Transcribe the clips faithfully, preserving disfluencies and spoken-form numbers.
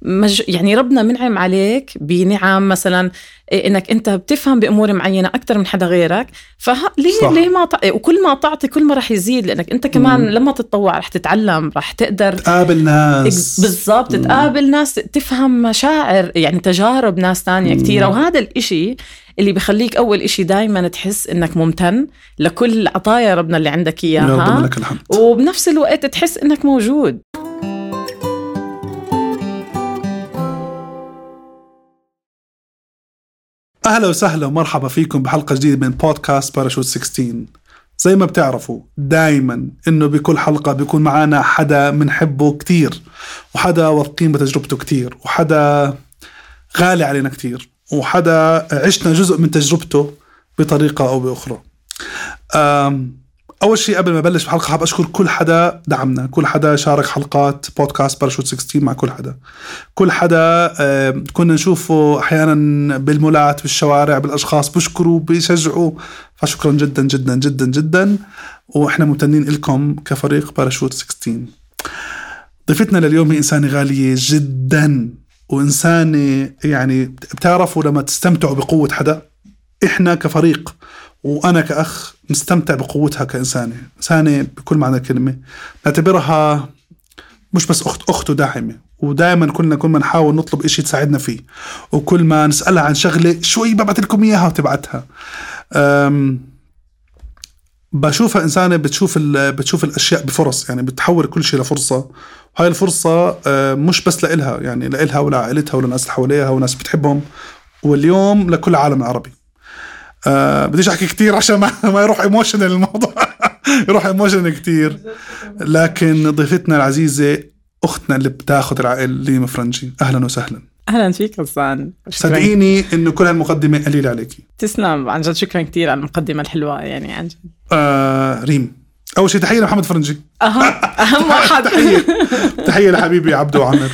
مج... يعني ربنا منعم عليك بنعم مثلا إنك أنت بتفهم بأمور معينة أكتر من حدا غيرك، فليه ليه ما ط... وكل ما تعطي كل ما رح يزيد، لأنك أنت كمان مم. لما تتطوع رح تتعلم، رح تقدر تقابل ناس بالضبط، تقابل ناس، تفهم مشاعر يعني تجارب ناس تانية كتيرة. وهذا الإشي اللي بيخليك أول إشي دايما تحس إنك ممتن لكل عطايا ربنا اللي عندك إياها، وبنفس الوقت تحس إنك موجود. أهلا وسهلا ومرحبا فيكم بحلقة جديدة من بودكاست باراشوت ستة عشر. زي ما بتعرفوا دايما إنه بكل حلقة بيكون معانا حدا منحبه كتير، وحدا واثقين بتجربته كتير، وحدا غالي علينا كتير، وحدا عشنا جزء من تجربته بطريقة أو بأخرى. أول شيء قبل ما بلش بحلقة حاب أشكر كل حدا دعمنا، كل حدا شارك حلقات بودكاست باراشوت ستة عشر مع كل حدا، كل حدا كنا نشوفه أحيانا بالمولات بالشوارع بالأشخاص بشكروا بيشجعوا، فشكرا جدا جدا جدا جدا، وإحنا ممتنين لكم كفريق باراشوت ستة عشر. ضيفتنا لليوم هي إنسانة غالية جدا، وإنسانة يعني بتعرفوا لما تستمتعوا بقوة حدا، إحنا كفريق وأنا كأخ نستمتع بقوتها كإنسانة، إنسانة بكل معنى الكلمة، نعتبرها مش بس أخت أخته داعمة، ودائما كلنا كل ما نحاول نطلب إشي تساعدنا فيه، وكل ما نسألها عن شغلة شوي ببعت لكم إياها وتبعتها. بشوفها إنسانة بتشوف بتشوف الأشياء بفرص، يعني بتحول كل شيء لفرصة، وهاي الفرصة مش بس لإلها، يعني لإلها ولعائلتها ولناس اللي حواليها وناس بتحبهم، واليوم لكل العالم العربي. أه بديش أحكي كتير عشان ما, ما يروح إيموشنال الموضوع يروح إيموشنال كتير، لكن ضيفتنا العزيزة أختنا اللي بتاخد العائل ليما فرنجي. أهلا وسهلا. أهلا فيك غسان، صدقيني إنه كل هالمقدمة قليلة عليكي. تسلم عن جد، شكرا كتير على المقدمة الحلوة يعني عن جد. آه ريم، أول شيء تحية لمحمد فرنجي. أها أهم واحد. تحية تحية لحبيبي عبدو وعمر.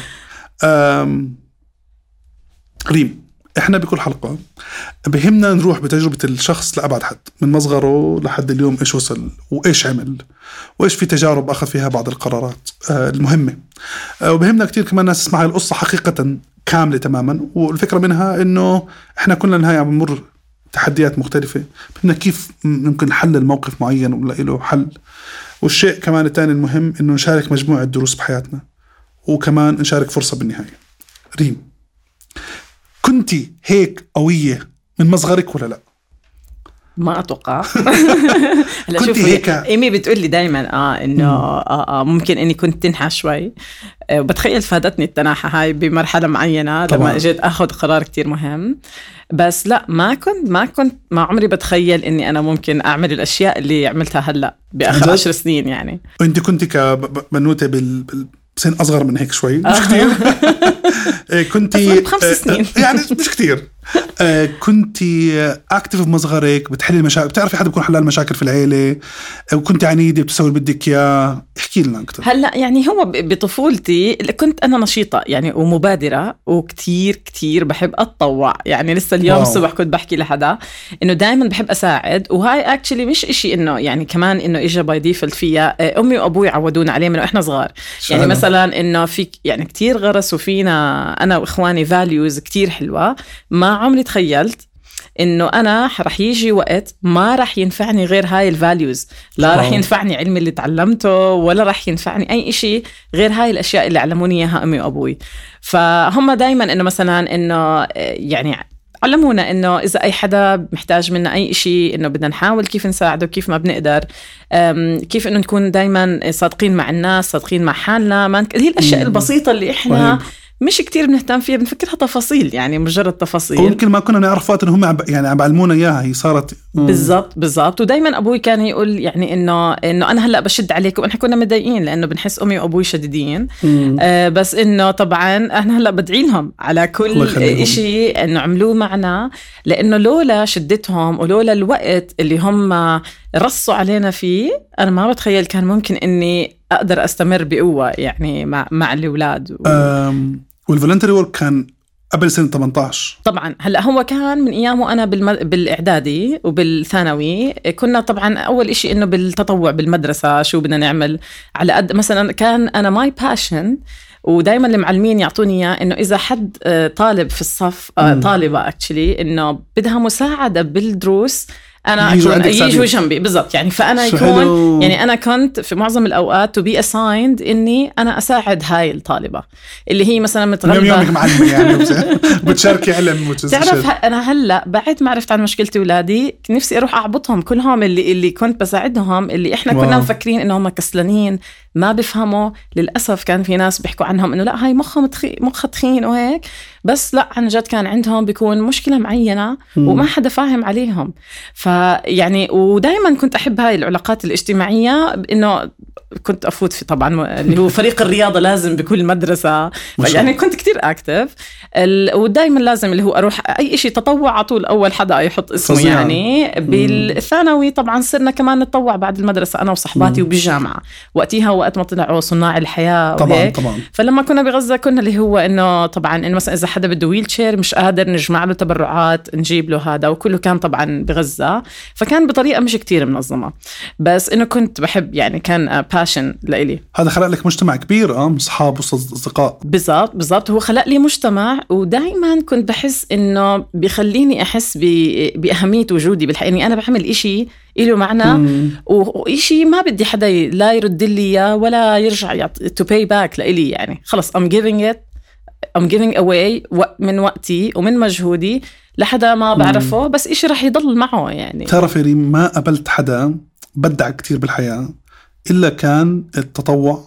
ريم، إحنا بكل حلقة بهمنا نروح بتجربة الشخص لأبعد حد، من مصغره لحد اليوم إيش وصل وإيش عمل وإيش في تجارب أخذ فيها بعض القرارات آه المهمة. آه وبهمنا كتير كمان ناس تسمع القصة حقيقة كاملة تماما، والفكرة منها إنه إحنا كلنا نهاية عم نمر تحديات مختلفة، بهمنا كيف ممكن نحل الموقف معين ونلاقي له حل. والشيء كمان الثاني المهم إنه نشارك مجموعة دروس بحياتنا، وكمان نشارك فرصة بالنهاية. ريم، كنتي هيك قوية من مصغرك ولا لا؟ ما أتوقع. هلا شوفي هيك إيمي بتقول لي دايما آه إنه آه آه ممكن إني كنت تنحى شوي، آه بتخيل فادتني التناحة هاي بمرحلة معينة لما جيت أخذ قرار كتير مهم، بس لا ما كنت ما كنت ما عمري بتخيل إني أنا ممكن أعمل الأشياء اللي عملتها هلأ بآخر عشر سنين يعني. وأنت كنت كبنوتة بال سن أصغر من هيك شوي، مش كتير. كنتي خمس سنين يعني مش كتير. كنتي أكتف بمصغرك، بتحلي المشاكل، بتعرفي حدا بيكون حلال مشاكل في العيلة، وكنتي عنيدة بتسوي بدك إياه. احكي لنا أكتر. هلا يعني هو بطفولتي كنت أنا نشيطة يعني ومبادرة، وكتير كتير بحب أتطوع، يعني لسه اليوم واو. الصبح كنت بحكي لحدا إنه دائما بحب أساعد، وهاي أكتشلي مش إشي إنه يعني كمان إنه إجا باي ديفولت فيها، أمي وأبوي عودونا عليه من إحنا صغار. يعني مثلا إنه فيك يعني كتير غرسوا فينا أنا وإخواني values كتير حلوة، ما عمري تخيلت إنه أنا رح يجي وقت ما رح ينفعني غير هاي الفاليوز، لا رح ينفعني علمي اللي تعلمته، ولا رح ينفعني أي إشي غير هاي الأشياء اللي علموني إياها أمي وأبوي. فهم دايما إنه مثلا إنه يعني علمونا إنه إذا أي حدا محتاج منا أي إشي إنه بدنا نحاول كيف نساعده، كيف ما بنقدر، كيف إنه نكون دايما صادقين مع الناس، صادقين مع حالنا، ما هي الأشياء البسيطة اللي إحنا مش كتير بنهتم فيها، بنفكرها تفاصيل، يعني مجرد تفاصيل، ويمكن ما كنا نعرف وقت إنهم يعني عم بعلمونا إياها، هي صارت بالضبط بالضبط. ودايما أبوي كان يقول يعني إنه إنه أنا هلأ بشد عليكم، ونحن كنا مضايقين لأنه بنحس أمي وأبوي شديدين، آه بس إنه طبعا أنا هلأ بدعي لهم على كل إشي إنه عملوه معنا، لأنه لولا شدتهم ولولا الوقت اللي هم رصوا علينا فيه، أنا ما بتخيل كان ممكن إني أقدر أستمر بقوة يعني مع مع الأولاد. و... والفولنتري وورك كان قبل سنة ثمانية عشر طبعا. هلأ هو كان من أيامه أنا بالم... بالإعدادي وبالثانوي، كنا طبعا أول إشي إنه بالتطوع بالمدرسة شو بدنا نعمل على قد مثلا كان أنا ماي باشن ودايما المعلمين يعطوني إياه إنه إذا حد طالب في الصف طالبة actually إنه بدها مساعدة بالدروس أنا يجوا جنبي بالضبط يعني. فأنا يكون يعني أنا كنت في معظم الأوقات to be assigned إني أنا أساعد هاي الطالبة اللي هي مثلا متغلبة يوم يومك معلمة يعني بتشاركي علم. تعرف أنا هلأ بعد ما عرفت عن مشكلتي ولادي نفسي أروح أعبطهم كلهم اللي اللي كنت بساعدهم اللي إحنا كنا مفكرين إنهم كسلانين ما بفهموا. للأسف كان في ناس بيحكوا عنهم إنه لا هاي مخهم تخي مخ تخين وهيك، بس لا عن جد كان عندهم بيكون مشكلة معينة وما حدا فاهم عليهم. فيعني ودايما كنت أحب هاي العلاقات الاجتماعية، إنه كنت أفوت في طبعا اللي هو فريق الرياضة لازم بكل مدرسة، يعني كنت كتير أكتف ال... ودايما لازم اللي هو أروح أي إشي تطوع على طول أول حدا يحط اسمه فزيان. يعني بالثانوي طبعا صرنا كمان نتطوع بعد المدرسة أنا وصحباتي وبالجامعة وقتها وقت ما طلعوا صناع الحياة طبعا طبعا. فلما كنا بغزة كنا اللي هو إنه طبعا إنه مثلا إذا حدا بده ويلشير مش قادر نجمع له تبرعات نجيب له هذا، وكله كان طبعا بغزة، فكان بطريقة مش كتير منظمة، بس إنه كنت بحب يعني كان باشن لإلي. هذا خلق لك مجتمع كبير اه أصحاب وأصدقاء. بالضبط بالضبط، هو خلق لي مجتمع، ودايما كنت بحس إنه بيخليني أحس بأهمية وجودي بالحقيقة، إني أنا بعمل إشي إله معنى وإشي ما بدي حدا لا يرد لي إياه ولا يرجع to pay back لإلي، يعني خلص I'm giving it I'm giving away من وقتي ومن مجهودي لحدا ما بعرفه، بس إشي رح يضل معه. يعني تعرف ريم ما قبلت حدا بدع كتير بالحياة إلا كان التطوع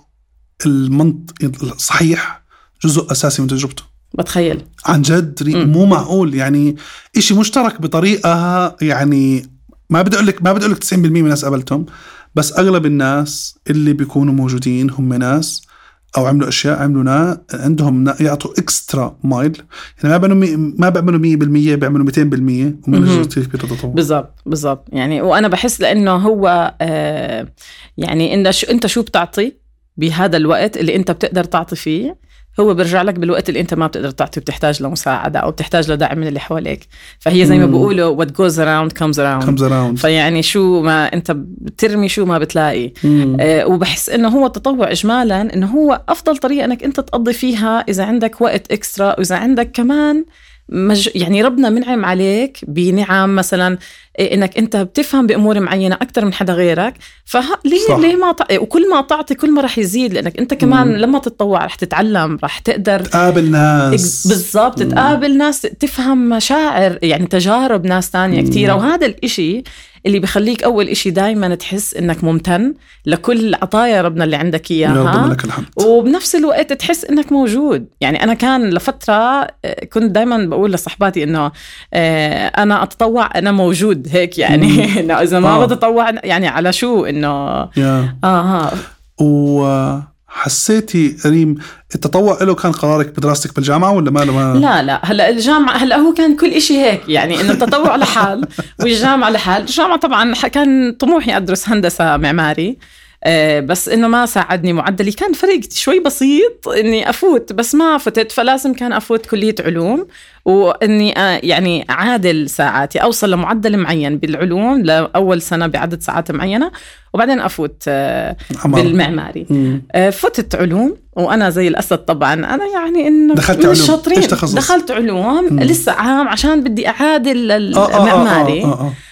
المنطق الصحيح جزء أساسي من تجربته. بتخيل عن جد ريم مو معقول، يعني إشي مشترك بطريقة، يعني ما بدي أقول لك ما بدي أقول لك تسعين بالمية من الناس قابلتهم، بس أغلب الناس اللي بيكونوا موجودين هم ناس أو عملوا أشياء عملونا عندهم يعطوا إكسترا مايل، يعني ما بيعملوا مي... ما بيعملوا مية بالمية، بيعملوا مئتين بالمية ومن الجزء بالتطوع. بالضبط بالضبط يعني. وأنا بحس لأنه هو آه يعني إن شو أنت شو بتعطي بهذا الوقت اللي أنت بتقدر تعطي فيه، هو برجع لك بالوقت اللي أنت ما بتقدر تعطي، بتحتاج لمساعدة أو بتحتاج لدعم من اللي حواليك. فهي زي ما بيقولوا what goes around comes around. comes around. فيعني شو ما أنت بترمي شو ما بتلاقي. آه وبحس إنه هو التطوع إجمالاً إنه هو أفضل طريقة إنك أنت تقضي فيها إذا عندك وقت إكسترا، وإذا عندك كمان مج... يعني ربنا منعم عليك بنعم مثلا انك انت بتفهم بامور معينه اكثر من حدا غيرك، فليه ليه ما ط... وكل ما تعطي كل ما راح يزيد، لانك انت كمان مم. لما تتطوع راح تتعلم، راح تقدر تقابل ناس بالضبط، تقابل ناس، تفهم مشاعر يعني تجارب ناس تانية كتيرة. وهذا الاشي اللي بيخليك أول إشي دايما تحس إنك ممتن لكل عطايا ربنا اللي عندك إياها، وبنفس الوقت تحس إنك موجود. يعني أنا كان لفترة كنت دايما بقول لصحباتي إنه أنا أتطوع أنا موجود هيك، يعني إنه إذا ما آه. بتطوع يعني على شو إنه آه ها و حسيتي ريم التطوع له كان قرارك بدراستك بالجامعة ولا ما ما لا لا هلا الجامعة هلا هو كان كل إشي هيك، يعني إنه التطوع لحال والجامعة لحال. الجامعة طبعا كان طموحي أدرس هندسة معماري، بس إنه ما ساعدني معدلي، كان فريق شوي بسيط إني أفوت بس ما فتت، فلازم كان أفوت كلية علوم وإني يعني أعادل ساعاتي، أوصل لمعدل معين بالعلوم لأول سنة بعدد ساعات معينة وبعدين أفوت بالمعماري. فتت علوم وأنا زي الأسد طبعا، أنا يعني إنه دخلت علوم. الشاطرين دخلت علوم مم. لسه عام عشان بدي أعادل المعماري. آه آه آه آه.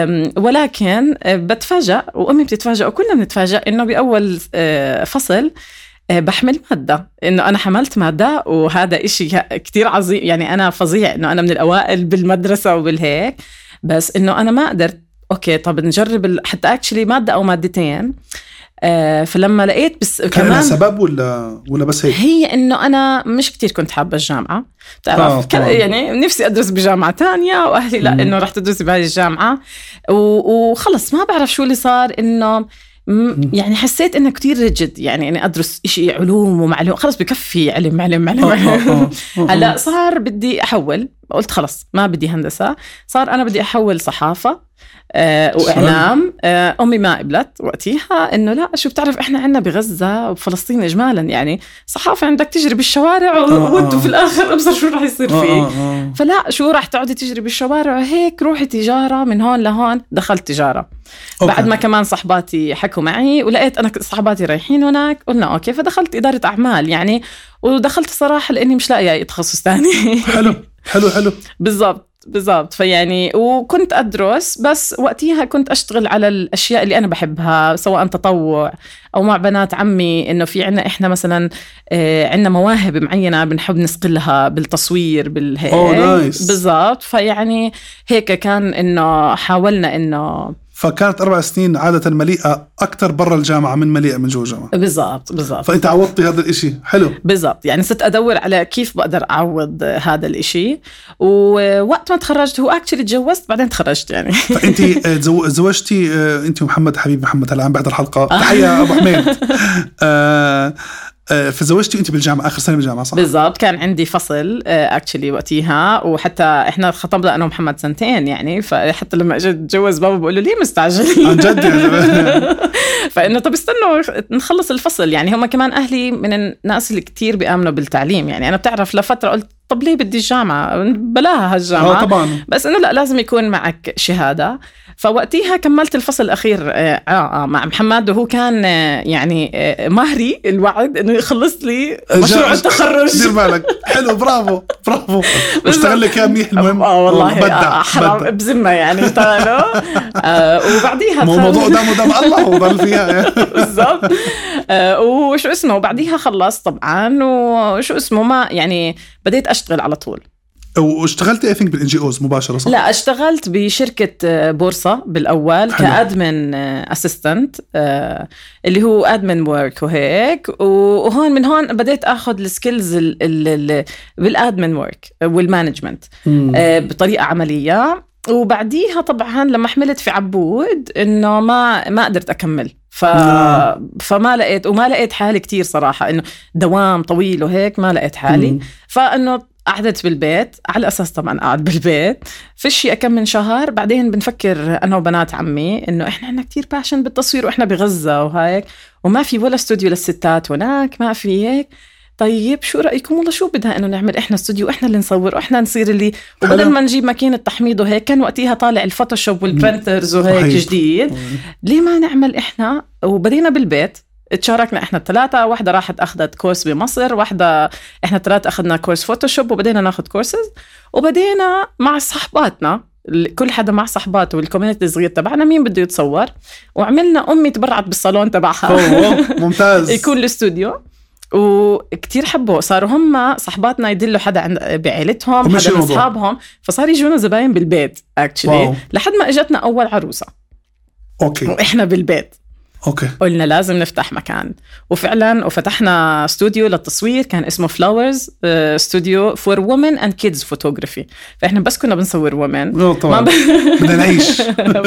ولكن بتفاجأ وأمي بتتفاجأ وكلنا بنتفاجأ إنه بأول فصل بحمل مادة، إنه أنا حملت مادة، وهذا إشي كتير عظيم. يعني أنا فظيع إنه أنا من الأوائل بالمدرسة وبالهيك، بس إنه أنا ما قدرت أوكي طب نجرب حتى أكشلي مادة أو مادتين. آه فلما لقيت بس كمان سبب ولا ولا بس هيك، هي انه انا مش كتير كنت حابه الجامعه، بتعرف آه يعني نفسي ادرس بجامعه تانية، واهلي لا انه رح تدرسي بهاي الجامعه، وخلص ما بعرف شو اللي صار، انه يعني حسيت انه كتير ريجد، يعني اني ادرس إشي علوم ومعلوم خلص بكفي علم علم علم, علم. هلا صار بدي احول قلت خلص ما بدي هندسة، صار أنا بدي أحول صحافة آه وإعلام. آه أمي ما قبلت وقتها إنه لا شو بتعرف إحنا عنا بغزة وفلسطين إجمالا يعني صحافة عندك تجري بالشوارع وانتوا في الآخر أبصر شو رح يصير فيه. فلا شو رح تقعدي تجري بالشوارع هيك، روحي تجارة من هون لهون. دخلت تجارة. أوكي. بعد ما كمان صحباتي حكوا معي ولقيت أنا صحباتي رايحين هناك قلنا أوكي، فدخلت إدارة أعمال يعني. ودخلت صراحة لأني مش لاقية أي تخصص تاني. حلو حلو حلو بالضبط بالضبط. فيعني وكنت أدرس، بس وقتها كنت أشتغل على الأشياء اللي أنا بحبها، سواء تطوع أو مع بنات عمي. إنه في عنا إحنا مثلا عنا مواهب معينة بنحب نسقلها بالتصوير بالهيك. بالضبط. فيعني هيك كان إنه حاولنا إنه فكانت أربع سنين عادة مليئة أكتر برا الجامعة من مليئة من جوا الجامعة. بالضبط بالضبط. فأنت عوضتي هذا الإشي. حلو. بالضبط. يعني صرت أدور على كيف بقدر أعوض هذا الإشي. ووقت ما تخرجت هو أكتشلي تجوزت بعدين تخرجت يعني. فأنت زوجتي أنت ومحمد حبيب محمد الآن بعد الحلقة. تحية أبو حميد. فزوجتي أنت بالجامعة آخر سنة بالجامعة صح؟ بالضبط. كان عندي فصل اكشلي وقتها، وحتى إحنا خطبنا أنا ومحمد سنتين يعني. فحتى لما أجي أتجوز بابا بقوله ليه مستعجل عن جد يعني. فإنه طب استنوا نخلص الفصل يعني. هم كمان أهلي من الناس اللي كتير بيآمنوا بالتعليم يعني. أنا بتعرف لفترة قلت طب ليه بدي الجامعة بلاها هالجامعة. طبعا. بس إنه لا لازم يكون معك شهادة. فوقتها كملت الفصل الأخير آه آه مع محمد، وهو كان آه يعني آه مهري الوعد إنه يخلص لي مشروع التخرج. دير بالك. حلو برافو برافو. اشتغل لك كام منيح. المهم آه والله آه حرام بذمة يعني اشتغلوا. آه وبعديها موضوع دام ودام الله وضل فيها. بالضبط. آه وشو اسمه وبعديها خلص طبعا. وشو اسمه ما يعني بديت أشتغل على طول. واشتغلت اي ثينك بالان جي اوز مباشره صح؟ لا اشتغلت بشركه بورصه بالاول كادمن اسيستنت اللي هو ادمن ورك وهيك. وهون من هون بديت اخذ السكيلز بالادمن ورك والمانجمنت بطريقه عمليه. وبعديها طبعا لما حملت في عبود انه ما ما قدرت اكمل. ف... فما لقيت وما لقيت حالي كتير صراحه، انه دوام طويل وهيك ما لقيت حالي. فانه قعدت بالبيت على أساس طبعا قاعد بالبيت فيشي أكم من شهر. بعدين بنفكر أنا وبنات عمي إنه إحنا عنا كتير باشن بالتصوير وإحنا بغزة وهيك، وما في ولا استوديو للستات هناك ما في هيك. طيب شو رأيكم والله شو بدها إنه نعمل إحنا استوديو وإحنا اللي نصور وإحنا نصير اللي، وبدل ما نجيب ماكينة تحميض وهيك كان وقتها طالع الفوتوشوب والبرنترز وهيك جديد، ليه ما نعمل إحنا؟ وبدينا بالبيت. تشاركنا إحنا الثلاثة، واحدة راحت أخذت كورس بمصر، واحدة إحنا الثلاثة أخذنا كورس فوتوشوب وبدينا ناخد كورسز. وبدينا مع صحباتنا كل حدا مع صحباته والكوميونتي الصغير تبعنا مين بده يتصور. وعملنا أمي تبرعت بالصالون تبعها ممتاز يكون الاستوديو. وكتير حبوا، صاروا هم صحباتنا يدلوا حدا عند بعيلتهم حدا من أصحابهم، فصار يجونا زباين بالبيت actually لحد ما اجتنا أول عروسة. أوكي. وإحنا بالبيت أوكي. قلنا لازم نفتح مكان، وفعلا وفتحنا استوديو للتصوير كان اسمه فلاورز استوديو فور وومن اند كيدز فوتوغرافي. فإحنا بس كنا بنصور وومن طبعا بدنا نعيش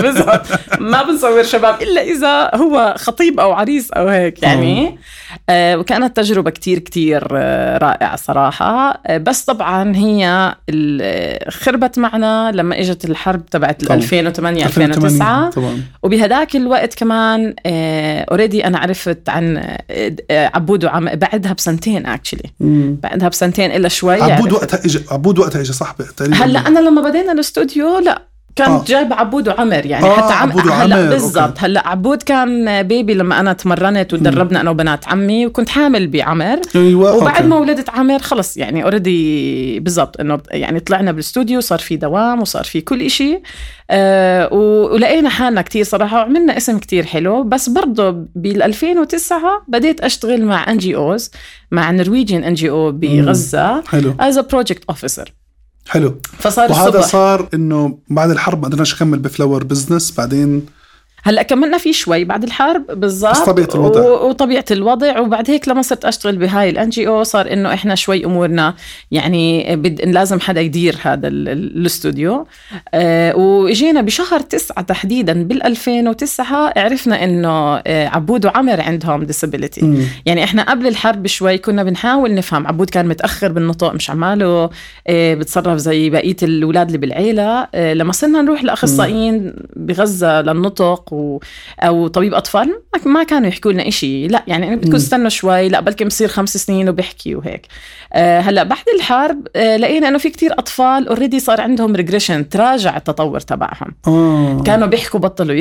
ما بنصور شباب إلا إذا هو خطيب أو عريس أو هيك يعني. آه وكانت تجربة كتير كتير آه رائعة صراحة. آه بس طبعا هي خربت معنا لما اجت الحرب تبعت ألفين وثمانية ألفين وتسعة. وبهداك الوقت كمان اوريدي انا عرفت عن عبود وعم بعدها بسنتين اكشلي بعدها بسنتين الا شوي. عبود وقتها اجى عبود وقتها اجى صاحبي تقريبا. هلا انا لما بدينا الاستوديو لا كانت آه. جايب عبود وعمر يعني آه حتى عم هلا بالضبط. هلا عبود كان بيبي لما انا تمرنت وتدربنا انا وبنات عمي وكنت حامل بعمر. أيوة. وبعد أوكي. ما ولدت عمر خلص يعني اوريدي بالضبط انه يعني طلعنا بالاستوديو صار في دوام وصار في كل إشي. آه ولقينا حالنا كتير صراحة وعملنا اسم كتير حلو. بس برضو بال2009 بديت أشتغل مع إن جي أوز مع نرويجين إن جي أو بغزة as a project officer. حلو. فصار وهذا الصبح. صار إنه بعد الحرب ما قدرناش نكمل بفلاور بزنس بعدين. هلا كملنا فيه شوي بعد الحرب بالضبط طبيعة الوضع وطبيعة الوضع. وبعد هيك لما صرت أشتغل بهاي الان جي او صار إنه إحنا شوي أمورنا يعني بد... لازم حدا يدير هذا الاستوديو. آه وإجينا بشهر تسعة تحديدا بالألفين وتسعة عرفنا إنه آه عبود وعمر عندهم disability. م. يعني إحنا قبل الحرب شوي كنا بنحاول نفهم. عبود كان متأخر بالنطق مش عماله آه بتصرف زي بقية الأولاد اللي بالعيلة. آه لما صرنا نروح لأخصائيين بغزة للنطق و... أو طبيب أطفال ما كانوا يحكوا لنا إشي. لا يعني بدكم استنوا شوي لا بلكي مصير خمس سنين وبيحكي وهيك. أه هلأ بعد الحرب أه لقينا إنه في كتير أطفال أوريدي صار عندهم ريجريشن تراجع التطور تبعهم. أوه. كانوا بيحكوا بطلوا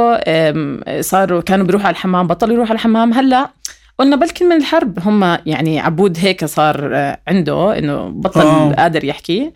يحكوا. صاروا كانوا بيروحوا على الحمام بطلوا يروحوا على الحمام. هلأ قلنا بلكي من الحرب هم يعني عبود هيك صار عنده إنه بطل أوه. قادر يحكي.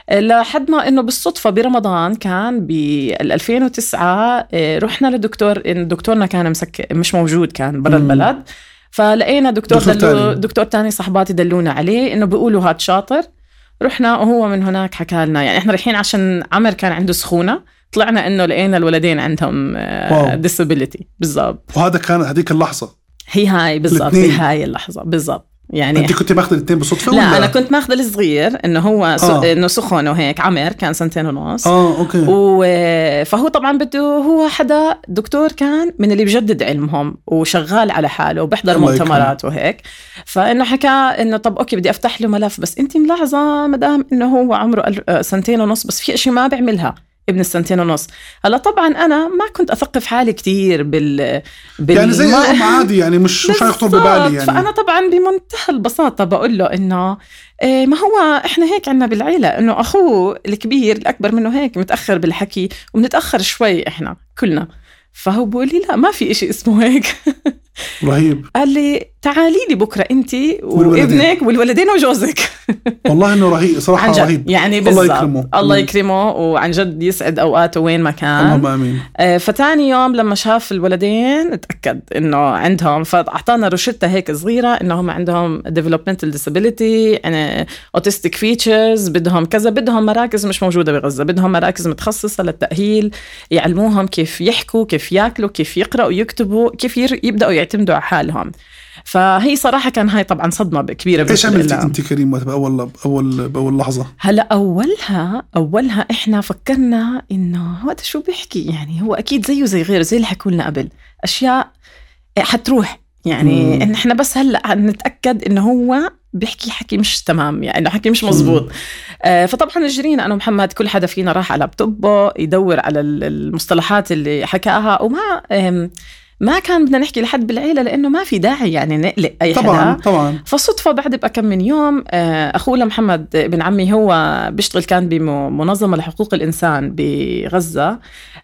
لحد ما إنه بالصدفة برمضان كان بالألفين وتسعة رحنا لدكتور. إن دكتورنا كان مسك مش موجود كان برا البلد. فلقينا دكتور دكتور, دلو تاني. دكتور تاني صحباتي دلونا عليه إنه بيقولوا هاد شاطر. رحنا وهو من هناك حكى لنا يعني إحنا رايحين عشان عمر كان عنده سخونة. طلعنا إنه لقينا الولدين عندهم disability بالضبط. وهذا كان هذيك اللحظة هي هاي بالضبط هي هاي اللحظة بالضبط. يعني انت كنت ماخذ الاثنين بالصدفه لا ولا؟ انا كنت ماخذ الصغير انه هو آه. انه سخن وهيك. عمر كان سنتين ونص. اه اوكي. و... فهو طبعا بده هو حدا دكتور كان من اللي بجدد علمهم وشغال على حاله وبحضر مؤتمرات وهيك. فانه حكى انه طب اوكي بدي افتح له ملف بس انت ملاحظه مدام انه هو عمره سنتين ونص بس في اشي ما بيعملها ابن السنتين ونص. هلا طبعا انا ما كنت اثقف حالي كتير بال, بال... يعني زي ام عادي يعني مش مش هيخطر ببالي يعني. فانا طبعا بمنتهى البساطه بقول له انه إيه ما هو احنا هيك عنا بالعيله انه اخوه الكبير الاكبر منه هيك متاخر بالحكي وبنتاخر شوي احنا كلنا. فهو بقول لي لا ما في إشي اسمه هيك. رهيب. قال لي تعالي لي بكرة أنتي وابنك والولدين وجوزك. والله إنه رهيب صراحة رهيب يعني الله يكرمه الله يكرمه وعن جد يسعد أوقاته وين ما كان. اللهم آمين. آه فتاني يوم لما شاف الولدين اتأكد إنه عندهم فأعطانا روشتة هيك صغيرة إنه هم عندهم developmental disability يعني autistic features بدهم كذا بدهم مراكز مش موجودة بغزة بدهم مراكز متخصصة للتأهيل يعلموهم كيف يحكوا كيف يأكلوا كيف يقرأوا ويكتبوا كيف يبدأوا يعتمدوا على حالهم. فهي صراحة كان هاي طبعا صدمة كبيرة. ايش عملتي انت كريم بأول أول بأول لحظة؟ هلا أولها أولها إحنا فكرنا إنه هذا شو بيحكي يعني هو أكيد زيه زي غيره زي اللي حكوا لنا قبل أشياء حتروح يعني مم. إن إحنا بس هلا نتأكد إنه هو بيحكي حكي مش تمام يعني حكي مش مزبوط. آه فطبعا جرينا أنا ومحمد كل حدا فينا راح على لابتوبه يدور على المصطلحات اللي حكاها وما ما كان بدنا نحكي لحد بالعيلة لأنه ما في داعي يعني نقلق أي طبعاً حدا. طبعا فصدفة بعد بكم من يوم أخوه محمد بن عمي هو بيشتغل كان بمنظمة لحقوق الإنسان بغزة.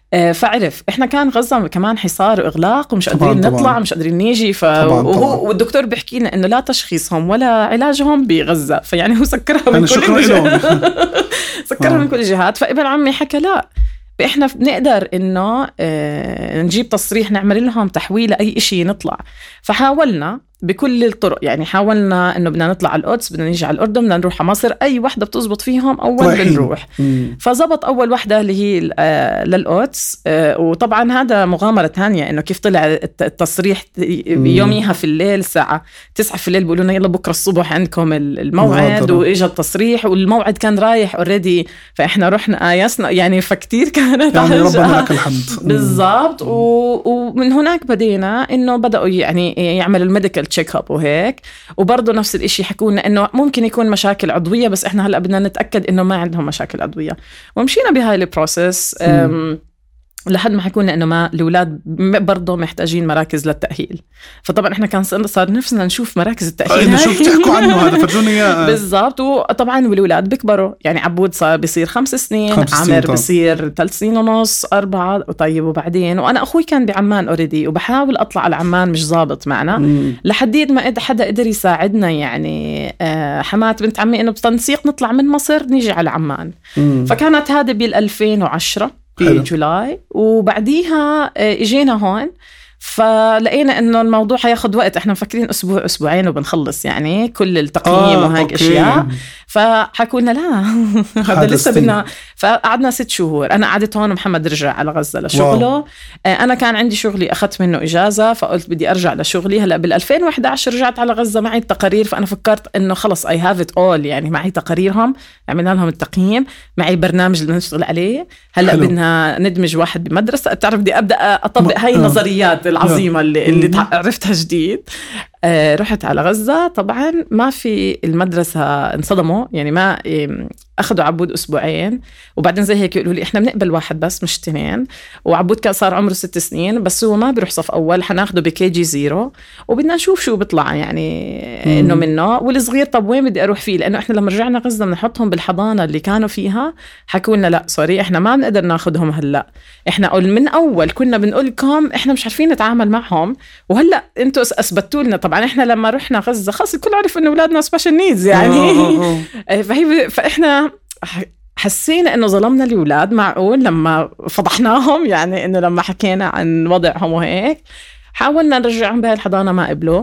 فعرف إحنا كان غزة كمان حصار وإغلاق ومش قادرين نطلع طبعاً. مش قادرين نيجي ف... طبعاً وهو طبعاً. والدكتور بيحكي لنا إنه لا تشخيصهم ولا علاجهم بغزة فيعني هو سكرها من كل جهات. سكرها من كل جهات. فابن عمي حكى لا إحنا بنقدر إنه اه نجيب تصريح نعمل لهم تحويل أي إشي نطلع. فحاولنا بكل الطرق يعني حاولنا إنه بدنا نطلع على القدس بدنا نيجي على الأردن بدنا نروح على مصر أي واحدة بتزبط فيهم أول بنروح. فزبط أول واحدة اللي هي اه للقدس. اه وطبعا هذا مغامرة تانية إنه كيف طلع التصريح يوميها في الليل الساعة تسعة في الليل بيقولوا لنا يلا بكرة الصبح عندكم الموعد وإجا التصريح والموعد كان رايح already. فإحنا رحنا آيسنا يعني فكتير كانت يعني ربنا لك الحمد بالضبط. ومن هناك بدينا إنه بدأوا يعني يعملوا الميديكال تشيك اب وهيك وبرضه نفس الاشي حكونا انه ممكن يكون مشاكل عضويه بس احنا هلا بدنا نتاكد انه ما عندهم مشاكل عضويه. ومشينا بهاي البروسيس لحد ما حكونا انه ما الاولاد برضه محتاجين مراكز للتاهيل. فطبعا احنا كان صار نفسنا نشوف مراكز التاهيل هاي شوف تحكوا عنه هذا فرجوني اياه. بالضبط. وطبعا الاولاد بيكبروا يعني عبود صار بيصير خمس سنين خمس عمر سنين بيصير ثلاث سنين ونص أربعة. وطيب وبعدين وانا اخوي كان بعمان اوريدي وبحاول اطلع على عمان مش ضابط معنا لحديد ما حدا قدر يساعدنا يعني حمات بنت عمي انه بتنسيق نطلع من مصر نيجي على عمان. مم. فكانت هذا بال ألفين وعشرة في جولاي. وبعديها اجينا هون فلقينا إنه الموضوع هياخد وقت، إحنا مفكرين أسبوع أسبوعين وبنخلص يعني كل التقييم آه، وهيك أشياء. فحكوا لنا لا هذا لسه بدنا. فقعدنا ست شهور، أنا قعدت هون ومحمد رجع على غزة لشغله. واو. أنا كان عندي شغلي أخذت منه إجازة، فقلت بدي أرجع لشغلي. هلأ بالألفين وإحدى عشر رجعت على غزة معي التقارير، فأنا فكرت إنه خلص I have it all، يعني معي تقاريرهم، عملنا لهم التقييم، معي برنامج اللي نشتغل عليه. هلأ بدنا ندمج واحد بمدرسة، تعرف بدي أبدأ أطبق هاي النظريات العظيمة اللي, اللي عرفتها جديد. آه رحت على غزة، طبعا ما في المدرسة انصدموا، يعني ما أخذوا عبود أسبوعين وبعدين زي هيك يقولوا لي إحنا بنقبل واحد بس مش تنين. وعبود كان صار عمره ست سنين بس هو ما بيروح صف أول، حناخده بكي جي زيرو وبدنا نشوف شو بيطلع يعني مم. إنه منه. والصغير طب وين بدي أروح فيه؟ لأنه إحنا لما رجعنا غزة بنحطهم بالحضانة اللي كانوا فيها، حكوا لنا لا سوري إحنا ما بنقدر ناخدهم هلأ، إحنا قول من أول كنا بنقول لكم إحنا مش عارفين نتعامل معهم، وهلأ أنتوا أثبتوا لنا. طبعا إحنا لما رحنا غزة خلاص الكل عرف إنه أولادنا سبيشال نيدز يعني فهي فإحنا حسينا إنه ظلمنا الأولاد معقول لما فضحناهم، يعني إنه لما حكينا عن وضعهم وهيك. حاولنا نرجعهم بهاي الحضانة ما قبلوا،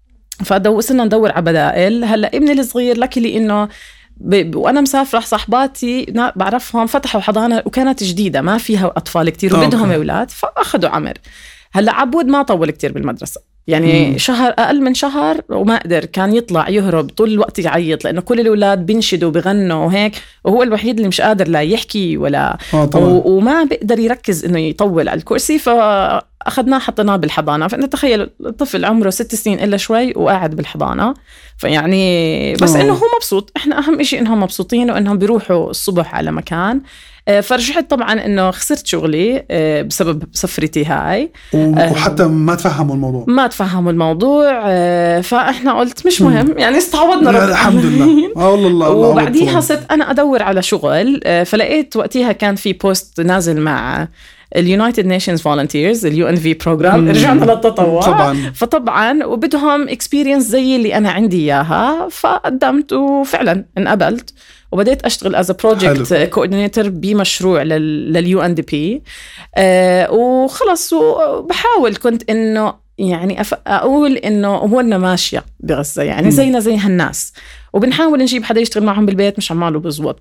فدوسنا ندور على بدائل. هلأ ابني الصغير لكي لي إنه ب... وأنا مسافرة صاحباتي بعرفهم فتحوا حضانة وكانت جديدة ما فيها أطفال كتير وبدهم أولاد، فأخذوا عمر. هلأ عبود ما طول كتير بالمدرسة، يعني مم. شهر أقل من شهر وما قدر، كان يطلع يهرب طول الوقت يعيط لأنه كل الأولاد بينشدوا بغنوا وهيك، وهو الوحيد اللي مش قادر لا يحكي ولا و... وما بيقدر يركز إنه يطول على الكرسي. فأخذناه حطيناه بالحضانة. فأنت تخيل الطفل عمره ست سنين إلا شوي وقاعد بالحضانة، فيعني بس أوه. إنه هو مبسوط. إحنا أهم إشي إنهم مبسوطين وإنهم بيروحوا الصبح على مكان. فرجعت طبعا انه خسرت شغلي بسبب سفرتي هاي، وحتى ما تفهموا الموضوع ما تفهموا الموضوع. فاحنا قلت مش مهم يعني استعوضنا رب الحمد لله. اه والله. وبعديها صرت انا ادور على شغل، فلقيت وقتها كان في بوست نازل مع اليونايتد نيشنز فولنتيرز اليو ان في بروجرام، رجعنا للتطوع طبعا. فطبعا وبدهم اكسبيرينس زي اللي انا عندي اياها، فقدمت وفعلا انقبلت وبدأت أشتغل as a project coordinator بمشروع لليو ان دي بي. وخلص وبحاول كنت إنه يعني أقول إنه أمورنا ماشية بغزة، يعني زينا زي هالناس، وبنحاول نجيب حدا يشتغل معهم بالبيت مش عماله بزبط،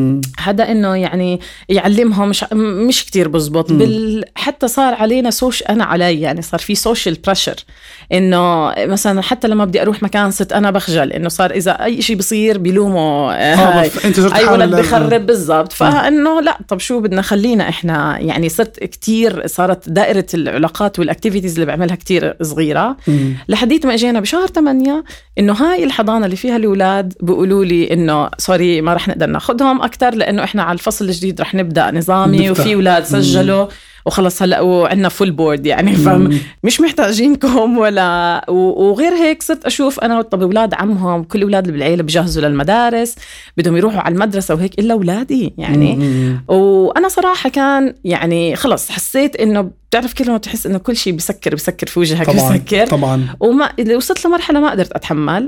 حدا إنه يعني يعلمهم مش مش كتير بزبط. بال حتى صار علينا سوش أنا علي يعني صار في social pressure، إنه مثلا حتى لما بدي أروح مكان ست أنا بخجل، إنه صار إذا أي شيء بيصير بيلوموا هاي أي ولد بخرب بالضبط. فإنه لا طب شو بدنا خلينا إحنا يعني صرت كتير صارت دائرة العلاقات والأكتيفيتيز اللي بعملها كتير صغيرة، لحديت ما إجينا بشهر ثمانية إنه هاي الحضانة اللي فيها الأولاد بيقولوا لي إنه سوري ما رح نقدر ناخدهم أكتر لأنه إحنا على الفصل الجديد رح نبدأ نظامي وفي أولاد سجلوا وخلص هلأ وعندنا فول بورد يعني فمش محتاجينكم ولا. وغير هيك صرت أشوف أنا طب أولاد عمهم كل أولاد اللي بالعيلة بجهزوا للمدارس بدهم يروحوا على المدرسة وهيك إلا أولادي يعني. وأنا صراحة كان يعني خلص حسيت إنه بتعرف كل ما تحس إنه كل شيء بيسكر بيسكر في وجهك طبعاً بيسكر طبعا. وما وصلت لمرحلة ما قدرت أتحمل.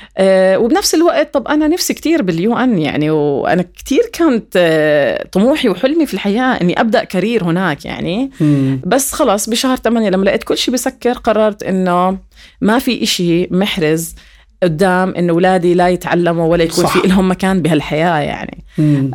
أه وبنفس الوقت طب أنا نفسي كتير باليو أن يعني، وأنا كتير كانت أه طموحي وحلمي في الحياة إني أبدأ كارير هناك يعني. مم. بس خلاص بشهر ثمانية لما لقيت كل شيء بيسكر قررت إنه ما في إشي محرز قدام إنه أولادي لا يتعلموا ولا يكون صح. في لهم مكان بهالحياة يعني.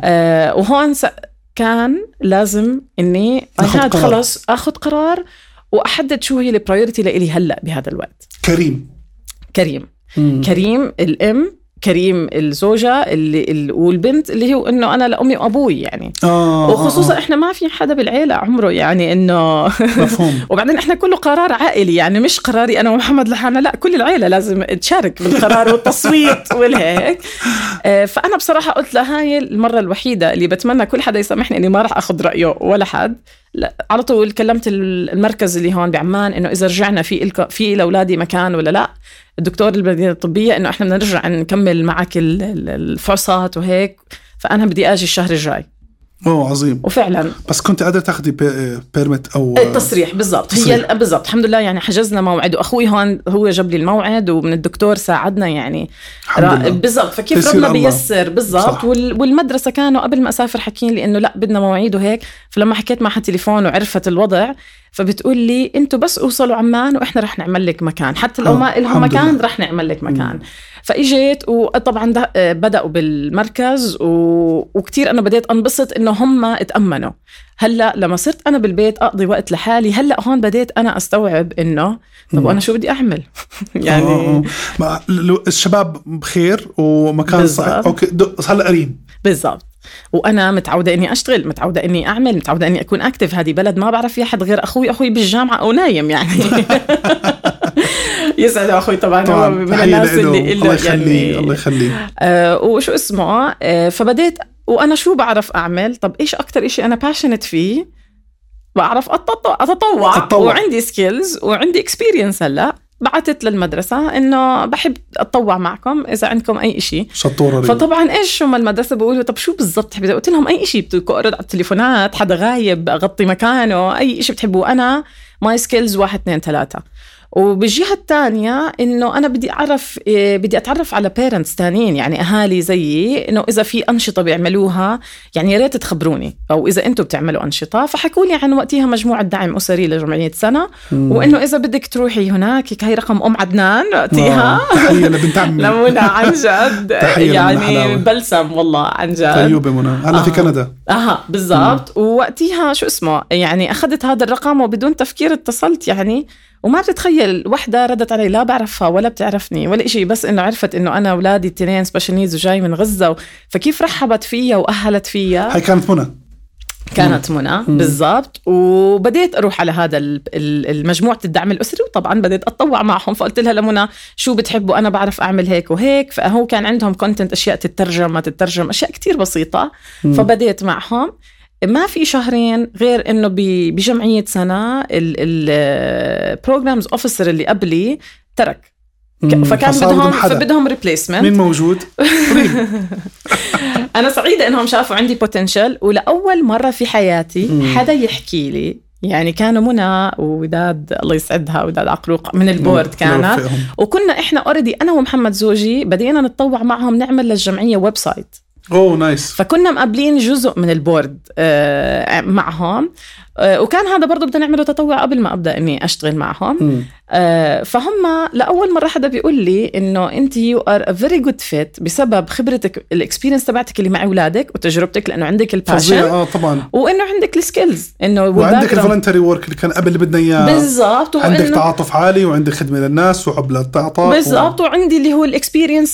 أه وهون س... كان لازم إني أخذ خلص أخذ قرار وأحدد شو هي البرايورتي لإلي هلأ بهذا الوقت. كريم كريم مم. كريم الأم، كريم الزوجة اللي والبنت اللي هو إنه أنا لأمي وأبوي يعني. آه وخصوصا آه. إحنا ما في حدا بالعيلة عمره يعني إنه مفهوم. وبعدين إحنا كله قرار عائلي يعني مش قراري أنا ومحمد لحالنا، لا كل العيلة لازم تشارك بالقرار والتصويت والهيك. آه فأنا بصراحة قلت لها هاي المرة الوحيدة اللي بتمنى كل حدا يسامحني إني ما رح أخذ رأيه ولا حد. لا على طول كلمت المركز اللي هون بعمان إنه إذا رجعنا في في لأولادي مكان ولا لا. الدكتور المدينة الطبية إنه إحنا بدنا نرجع نكمل معك الفحوصات وهيك، فأنا بدي أجي الشهر الجاي. أوه عظيم. وفعلا بس كنت قادرة تاخدي بيرمت أو التصريح بالضبط. هي بالضبط الحمد لله يعني حجزنا موعد وأخوي هون هو جاب لي الموعد ومن الدكتور ساعدنا يعني بالضبط. فكيف ربنا بيسر بالضبط. والمدرسة كانوا قبل ما أسافر حكين لي إنه لا بدنا مواعيد وهيك، فلما حكيت معها تليفون وعرفت الوضع فبتقول لي انتوا بس اوصلوا عمان واحنا رح نعمل لك مكان، حتى لو ما لهم مكان رح نعمل لك مكان. مم. فاجيت وطبعا بدأوا بالمركز و... وكتير انا بديت انبسط انه هم اتأمنوا. هلا لما صرت انا بالبيت اقضي وقت لحالي، هلا هون بديت انا استوعب انه طب وانا شو بدي اعمل يعني آه. الشباب بخير ومكان صحيح، اوكي هلا قريب بالضبط. وانا متعوده اني اشتغل، متعوده اني اعمل، متعوده اني اكون اكتف. هذه بلد ما بعرف فيها حد غير اخوي، اخوي بالجامعه او نايم يعني يسعد اخوي طبعا, طبعاً هو من الناس اللي الله يخليه الله يخليه آه وشو اسمه آه فبديت وانا شو بعرف اعمل. طب ايش اكتر اشي انا باشنت فيه؟ بعرف أتطوع, أتطوع, أتطوع. وعندي سكيلز وعندي اكسبيرينس. هلا بعتت للمدرسة إنه بحب أتطوع معكم إذا عندكم أي إشي. شطورة. فطبعا إيش شو ما المدرسة بقولوا طب شو بالضبط تحبي؟ قلت لهم أي إشي، بدكم أرد على التليفونات، حدا غايب أغطي مكانه، أي إشي بتحبوا. أنا ماي سكيلز واحد اثنين ثلاثة. وبالجهة الثانية إنه أنا بدي أعرف بدي أتعرف على بيرنتس تانيين، يعني أهالي زيي، إنه إذا في أنشطة بيعملوها يعني يا ريت تخبروني، أو إذا أنتوا بتعملوا أنشطة فحكوا لي عن وقتها مجموعة دعم أسري لجمعية سنة. مم. وإنه إذا بدك تروحي هناك، هاي رقم أم عدنان وقتها تحية لبنت عمي لمنى عن جد يعني بلسم والله عن جد. طيوبة منى هلا آه. في كندا. أها بالضبط. ووقتها شو اسمه يعني أخذت هذا الرقم وبدون تفكير اتصلت يعني، وما بتتخيل وحدة ردت علي لا بعرفها ولا بتعرفني ولا إشي، بس إنه عرفت إنه أنا أولادي التنين سبيشال نيدز وجاي من غزة، فكيف رحبت فيها وأهلت فيها. هاي كانت منى كانت منى بالضبط. وبديت أروح على هذا المجموعة الدعم الأسري، وطبعا بديت أتطوع معهم. فقلت لها لمنى شو بتحبوا؟ أنا بعرف أعمل هيك وهيك. فهو كان عندهم كونتنت أشياء تترجم ما تترجم، أشياء كتير بسيطة. مم. فبديت معهم. ما في شهرين غير إنه بجمعية سنة البروجرامز أوفيسر اللي قبلي ترك، فكان بدهم فبدهم ريبليسمنت. مين موجود؟ أنا سعيدة إنهم شافوا عندي بوتنشل. ولأول مرة في حياتي حدا يحكي لي، يعني كانوا منى ووداد الله يسعدها، وداد عقروق من البورد كانت، وكنا إحنا أوريدي أنا ومحمد زوجي بدينا نتطوع معهم نعمل للجمعية ويب سايت. اوه نايس. فكنا مقابلين جزء من البورد آه معهم، آه وكان هذا برضو بدنا نعمله تطوع قبل ما أبدأ إني أشتغل معهم. آه فهم لأول مرة حدا بيقول لي إنه أنت you are a very good fit بسبب خبرتك الإكسبيرينس تبعتك اللي مع أولادك وتجربتك، لأنه عندك الباشن آه طبعا، وإنه عندك السكيلز، إنه وعندك الفولنتري وورك اللي كان قبل اللي بدنا إياه بالضبط، عندك تعاطف عالي وعندك خدمة للناس وحب للتعاطف بالضبط و... وعندي اللي هو الإكسبيرينس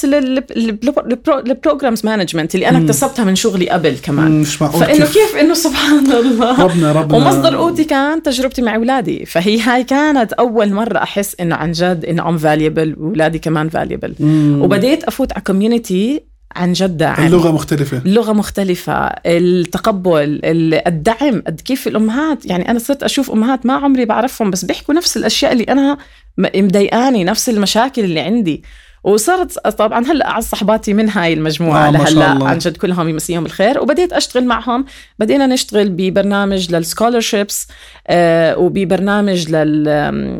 للبروجرامز مانجمنت اللي أنا اكتسبتها من شغلي قبل كمان. فإنه كيف, كيف إنه سبحان الله ربنا ربنا ومصدر قوتي كان تجربتي مع أولادي. فهي هاي كانت أول مرة أحس إنه عن جد إنه I'm valuable وأولادي كمان valuable. مم. وبديت أفوت على community عن جد عن اللغة مختلفة اللغة مختلفة التقبل الدعم. قد كيف الأمهات، يعني أنا صرت أشوف أمهات ما عمري بعرفهم بس بيحكوا نفس الأشياء اللي أنا مضايقاني، نفس المشاكل اللي عندي. وصارت طبعا هلا على صحباتي من هاي المجموعه آه لهلا عن جد كلهم يمسيهم الخير. وبديت اشتغل معهم، بدينا نشتغل ببرنامج للسكولرشيبس آه وببرنامج لل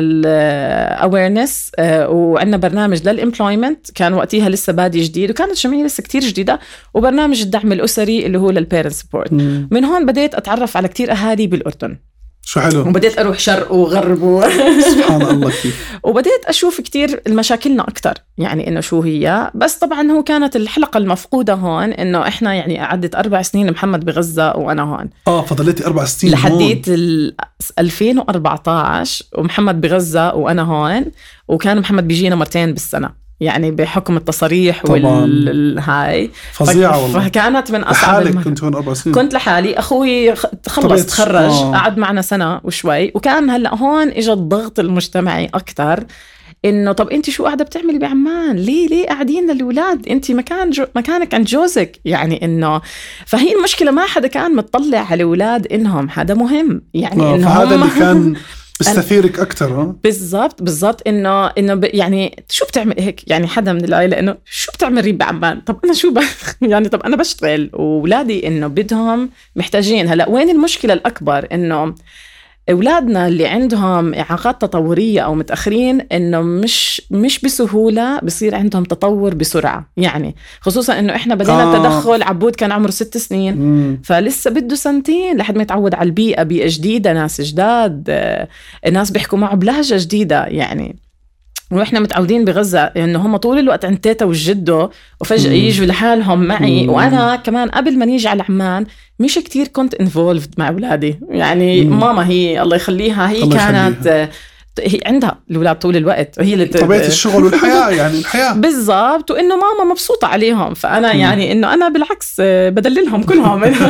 للاويرنس آه وعندنا برنامج للامبلويمنت كان وقتها لسه بادي جديد، وكانت الجمعيه لسه كتير جديده، وبرنامج الدعم الاسري اللي هو للبيرنت سبورت. من هون بديت اتعرف على كتير اهالي بالاردن. شو حلو. وبديت أروح شرق وغرب و... سبحان الله كيف. وبديت أشوف كتير المشاكلنا أكتر، يعني إنه شو هي. بس طبعا هو كانت الحلقة المفقودة هون إنه إحنا يعني قعدت أربع سنين محمد بغزة وأنا هون. آه فضلتي أربع سنين لحديت ال ألفين وأربعة عشر ومحمد بغزة وأنا هون، وكان محمد بيجينا مرتين بالسنة يعني بحكم التصاريح والهاي فظيعة والله. فكانت من أصعب لحالك الم... كنت هون أربع سنين. كنت لحالي، أخوي خلص تخرج آه. قعد معنا سنة وشوي. وكان هلأ هون إجا الضغط المجتمعي أكتر، إنه طب أنت شو قاعدة بتعملي بعمان؟ ليه ليه قاعدين للولاد؟ أنت مكان جو مكانك عند جوزك، يعني إنه فهي المشكلة ما حدا كان متطلع على الولاد إنهم هذا مهم، يعني آه. إنه هذا اللي كان بستثيرك أكتر. بالضبط بالضبط إنه إنه يعني شو بتعمل هيك، يعني حدا من العائلة إنه شو بتعمل ريب بعمان؟ طب أنا شو ب... يعني طب أنا بشتغل وولادي إنه بدهم محتاجين. هلأ وين المشكلة الأكبر؟ إنه أولادنا اللي عندهم إعاقات تطورية أو متأخرين إنه مش مش بسهولة بصير عندهم تطور بسرعة، يعني خصوصا إنه إحنا بدينا آه. التدخل. عبود كان عمره ست سنين مم. فلسه بده سنتين لحد ما يتعود على البيئة، بيئة جديدة، ناس جداد، الناس بيحكوا معه بلهجة جديدة يعني. وإحنا متعودين بغزة إنه هم طول الوقت عند تيتا وجده وفجأة مم. يجوا لحالهم معي. مم. وأنا كمان قبل ما نيجي على عمان مش كتير كنت involved مع أولادي يعني. مم. ماما هي الله يخليها هي الله كانت يخليها. هي عندها الأولاد طول الوقت، هي اللي طبيعة الشغل والحياة يعني الحياة بالضبط. وإنه ماما مبسوطة عليهم، فأنا مم. يعني إنه أنا بالعكس بدللهم كلهم إنه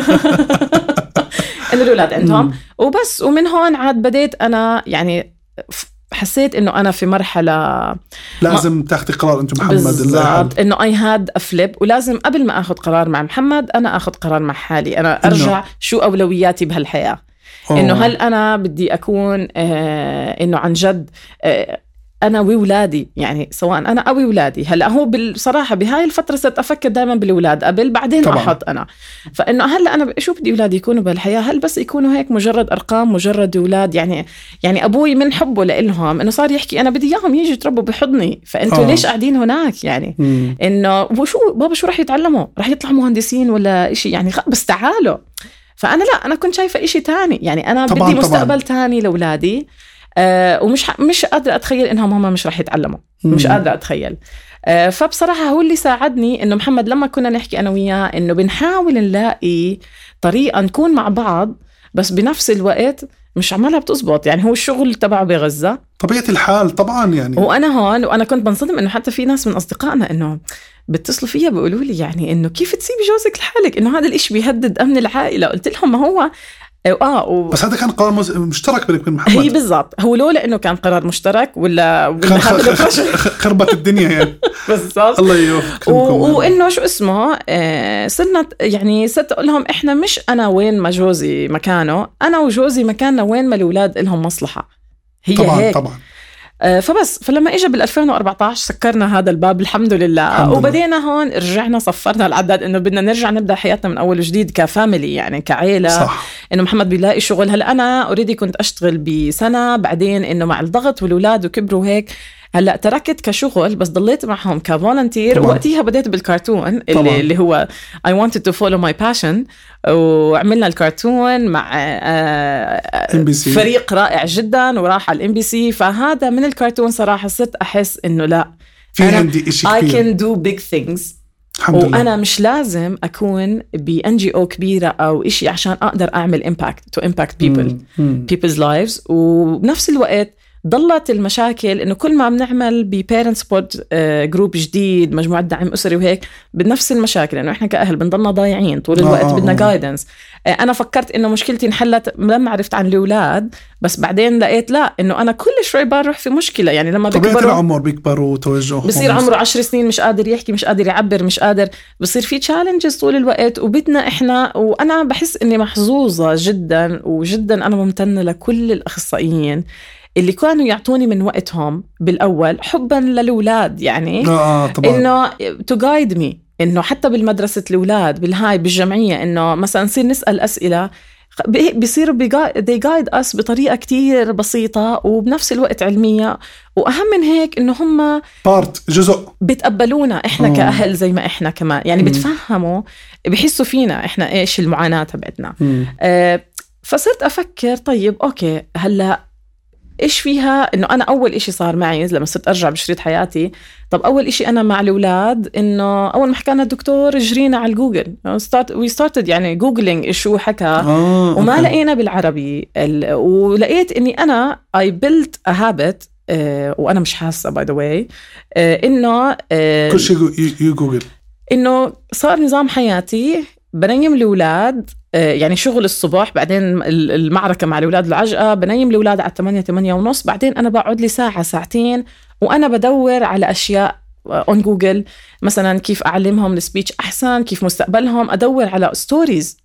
الأولاد عندهم مم. وبس. ومن هون عاد بديت أنا يعني حسيت إنه أنا في مرحلة لازم ما... تاخدي قرار أنت محمد. بالضبط، إنه I had a flip، ولازم قبل ما أخذ قرار مع محمد أنا أخذ قرار مع حالي. أنا أرجع إنه... شو أولوياتي بهالحياة. أوه. إنه هل أنا بدي أكون آه إنه عن جد آه أنا وولادي، يعني سواء أنا أو ولادي. هلأ هو بصراحة بهاي الفترة صرت أفكر دائما بالولاد قبل بعدين طبعا. أحط أنا فإنه هلأ أنا شو بدي ولادي يكونوا بالحياة؟ هل بس يكونوا هيك مجرد أرقام، مجرد ولاد؟ يعني يعني أبوي من حبه لإلهم إنه صار يحكي أنا بدي إياهم يجي يتربوا بحضني، فأنتوا آه. ليش قاعدين هناك يعني؟ مم. إنه وشو بابا شو رح يتعلموا؟ رح يطلعوا مهندسين ولا إشي يعني؟ بس تعالوا. فأنا لا، أنا كنت شايفة إشي تاني يعني. أنا طبعاً بدي مستقبل طبعاً. تاني لأولادي. آه ومش مش قادرة أتخيل إنهم هم مش رح يتعلموا. مم. مش قادرة أتخيل. آه فبصراحة هو اللي ساعدني إنه محمد لما كنا نحكي أنا وياه إنه بنحاول نلاقي طريقة نكون مع بعض بس بنفس الوقت مش عمالها بتزبط. يعني هو الشغل تبعه بغزة طبيعة الحال طبعا يعني. وأنا هون، وأنا كنت بنصدم إنه حتى في ناس من أصدقائنا إنه بتصلوا فيها بيقولوا لي يعني إنه كيف تسيبي جوزك لحالك، إنه هذا الإشي بيهدد أمن العائلة. قلت لهم ما هو آه و... بس هذا كان قرار مشترك بينك وبين محمد. هي بالضبط، هو لولا إنه كان قرار مشترك ولا, ولا خربت الدنيا يعني. بالضبط. الله يوفقكم. و... وإنه شو اسمه آه صرنا يعني صرت أقول لهم إحنا مش أنا وين ما جوزي مكانه، أنا وجوزي مكاننا وين ما الأولاد إلهم مصلحة. هي طبعا هيك. طبعا. فبس فلما إجا بالألفين وأربعتاشر سكرنا هذا الباب الحمد لله. الحمد وبدينا لله. هون رجعنا صفرنا العداد إنه بدنا نرجع نبدأ حياتنا من أول وجديد كفاميلي يعني كعائلة. صح. إنه محمد بيلاقي شغل. هلأ أنا أوريدي كنت أشتغل بسنة، بعدين إنه مع الضغط والولاد وكبروا هيك هلأ تركت كشغل بس ضليت معهم كفولنتير. وقتها بديت بالكرتون اللي, اللي هو I wanted to follow my passion، وعملنا الكرتون مع فريق رائع جدا وراح على الام بي سي. فهذا من الكرتون صراحة صرت أحس إنه لا في عندي إشي I كبير. can do big things. الحمد لله. وأنا مش لازم أكون بإن جي أو كبيرة أو إشي عشان أقدر أعمل impact to impact people مم. مم. people's lives. وبنفس الوقت ضلت المشاكل إنه كل ما بنعمل ببيرنت سبورت جروب جديد، مجموعة دعم أسري وهيك، بنفس المشاكل إنه إحنا كأهل بنضلنا ضايعين طول الوقت. آه بدنا جايدنس. أنا فكرت إنه مشكلتي انحلت لما عرفت عن الأولاد، بس بعدين لقيت لا، إنه أنا كل شوي بروح في مشكلة. يعني لما بيكبروا العمر بيكبروا توجههم، بصير عمره عشر سنين مش قادر يحكي، مش قادر يعبر، مش قادر، بصير في تشالنجز طول الوقت. وبدنا إحنا، وأنا بحس إني محظوظة جدا وجدا أنا ممتنة لكل الأخصائيين اللي كانوا يعطوني من وقتهم بالأول حبا للأولاد. يعني آه طبعا. إنه to guide me، إنه حتى بالمدرسة الأولاد بالهاي بالجمعية إنه مثلا نصير نسأل أسئلة بيصيروا they guide us بطريقة كتير بسيطة وبنفس الوقت علمية. وأهم من هيك إنه هم بارت جزء بيتقبلونا إحنا أوه. كأهل زي ما إحنا كمان يعني م. بتفهموا، بيحسوا فينا إحنا إيش المعاناة تبعتنا. آه فصرت أفكر طيب أوكي هلأ إيش فيها إنه أنا أول إشي صار معي لما صرت أرجع بشريط حياتي. طب أول إشي أنا مع الأولاد إنه أول ما حكانا الدكتور جرينا على الجوجل start we started يعني جوجلينج إيشو حكى آه، وما أوكي. لقينا بالعربي ال... ولقيت إني أنا I built a habit آه وأنا مش حاسة by the way آه إنه آه كل شيء يو جوجل، إنه صار نظام حياتي بنيم الأولاد يعني شغل الصبح، بعدين المعركة مع الأولاد العجقة، بنيم الأولاد على ثمانية ثمانية ونص، بعدين أنا بقعد لي ساعة ساعتين وأنا بدور على أشياء on جوجل مثلا كيف أعلمهم السبيتش أحسن، كيف مستقبلهم، أدور على ستوريز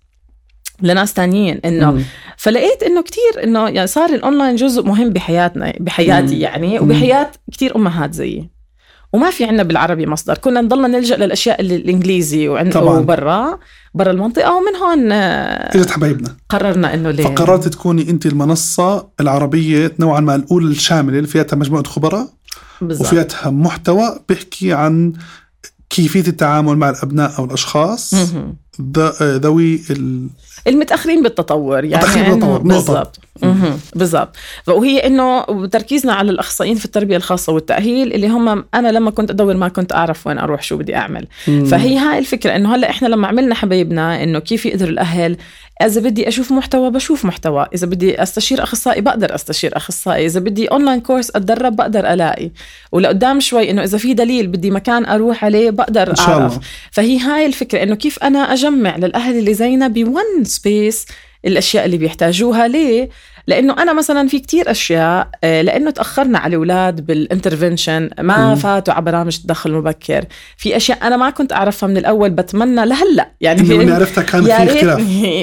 لناس تانيين إنه م. فلقيت إنه كتير إنه يعني صار الأونلاين جزء مهم بحياتنا بحياتي م. يعني وبحياة كتير أمهات زيي. وما في عنا بالعربي مصدر، كنا نضلنا نلجأ للأشياء اللي الإنجليزي وبرا برا المنطقة. ومن هون اجت حبايبنا قررنا إنه ليه فقررت تكوني أنت المنصة العربية نوعا ما الأولى الشاملة اللي فيها مجموعة خبراء وفيها محتوى بيحكي عن كيفية التعامل مع الأبناء أو الأشخاص ذوي المتأخرين بالتطور يعني بالضبط بالضبط. وهي إنه تركيزنا على الأخصائيين في التربية الخاصة والتأهيل اللي هم أنا لما كنت أدور ما كنت أعرف وين أروح شو بدي أعمل. مم. فهي هاي الفكرة إنه هلأ إحنا لما عملنا حبايبنا إنه كيف يقدر الأهل إذا بدي أشوف محتوى بشوف محتوى، إذا بدي أستشير أخصائي بقدر أستشير أخصائي، إذا بدي أونلاين كورس أتدرب بقدر ألاقي، ولقدام شوي إنه إذا في دليل بدي مكان أروح عليه بقدر أعرف. فهي هاي الفكرة إنه كيف أنا أجمع للأهل اللي زينا بون سبيس الأشياء اللي بيحتاجوها. ليه؟ لأنه أنا مثلا في كتير أشياء لأنه تأخرنا على الأولاد بالانترفنشن ما فاتوا على برامج التدخل المبكر، في أشياء أنا ما كنت أعرفها من الأول بتمنى لهلأ يعني إنه عرفتها كان في اختلاف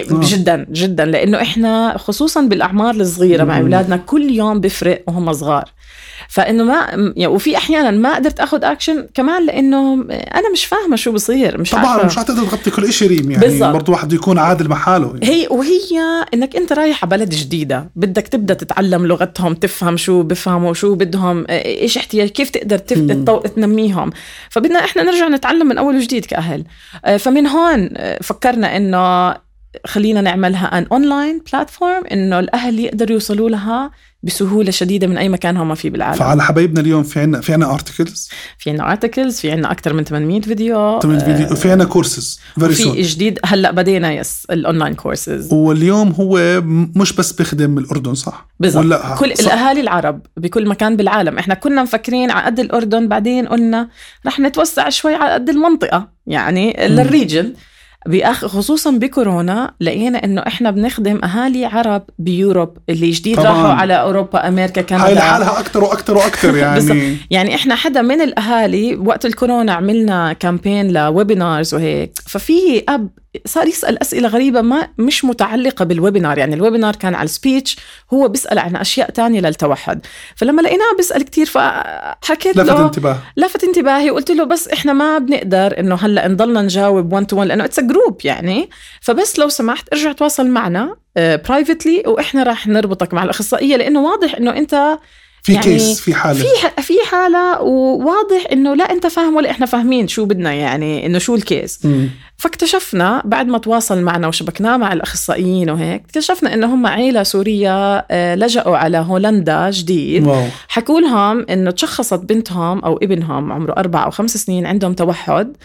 جدا جدا، لأنه إحنا خصوصا بالأعمار الصغيرة مع أولادنا كل يوم بفرق وهم صغار، فإنه ما يعني وفي أحيانا ما قدرت أخذ أكشن كمان لأنه أنا مش فاهمة شو بصير، مش طبعا عارفة. مش هتقدر تغطي كل إشي ريم يعني برضو واحد يكون عادل محاله يعني. هي وهي إنك أنت رايح على بلد جديدة بدك تبدأ تتعلم لغتهم، تفهم شو بفهموا شو بدهم، إيش احتياج، كيف تقدر تف... تنميهم، فبدنا إحنا نرجع نتعلم من أول وجديد كأهل. فمن هون فكرنا إنه خلينا نعملها أن أونلاين بلاتفورم إنه الأهل يقدروا يوصلوا لها بسهولة شديدة من أي مكان هم فيه بالعالم. فعلى حبايبنا اليوم في عنا في عنا articles في عنا articles في عنا أكتر من ثمانمية فيديو ثمانمية فيديو وفي عنا courses في جديد هلأ بدينا يس الأونلاين كورسز. واليوم هو مش بس بيخدم الأردن صح؟ بالضبط كل صح. الأهالي العرب بكل مكان بالعالم. إحنا كنا مفكرين على قد الأردن، بعدين قلنا رح نتوسع شوي على قد المنطقة يعني للريجن. بأخ خصوصا بكورونا لقينا إنه إحنا بنخدم أهالي عرب بيوروب اللي جديد طبعاً. راحوا على أوروبا أمريكا كندا، هاي لحالها أكتر وأكتر وأكتر يعني يعني إحنا حدا من الأهالي وقت الكورونا عملنا كامبين لويبينارز وهيك، ففي أب صار يسأل أسئلة غريبة ما مش متعلقة بالويبينار، يعني الويبينار كان على السبيتش هو بيسأل عن أشياء تانية للتوحد، فلما لقيناه بيسأل كتير فحكيت لفت له انتباه لفت انتباهي وقلت له بس إحنا ما بنقدر إنه هلأ نضلنا نجاوب وان تو وان لأنه it's a group يعني، فبس لو سمحت ارجع تواصل معنا برايفتلي uh, وإحنا راح نربطك مع الأخصائية، لأنه واضح إنه أنت في يعني كيس في حالة في في حالة وواضح إنه لا أنت فاهم ولا إحنا فاهمين شو بدنا يعني إنه شو الكيس. م. فاكتشفنا بعد ما تواصل معنا وشبكنا مع الأخصائيين وهيك اكتشفنا إنه هم عيلة سورية لجأوا على هولندا جديد. واو. حكوا لهم إنه تشخصت بنتهم أو ابنهم عمره أربع أو خمس سنين عندهم توحد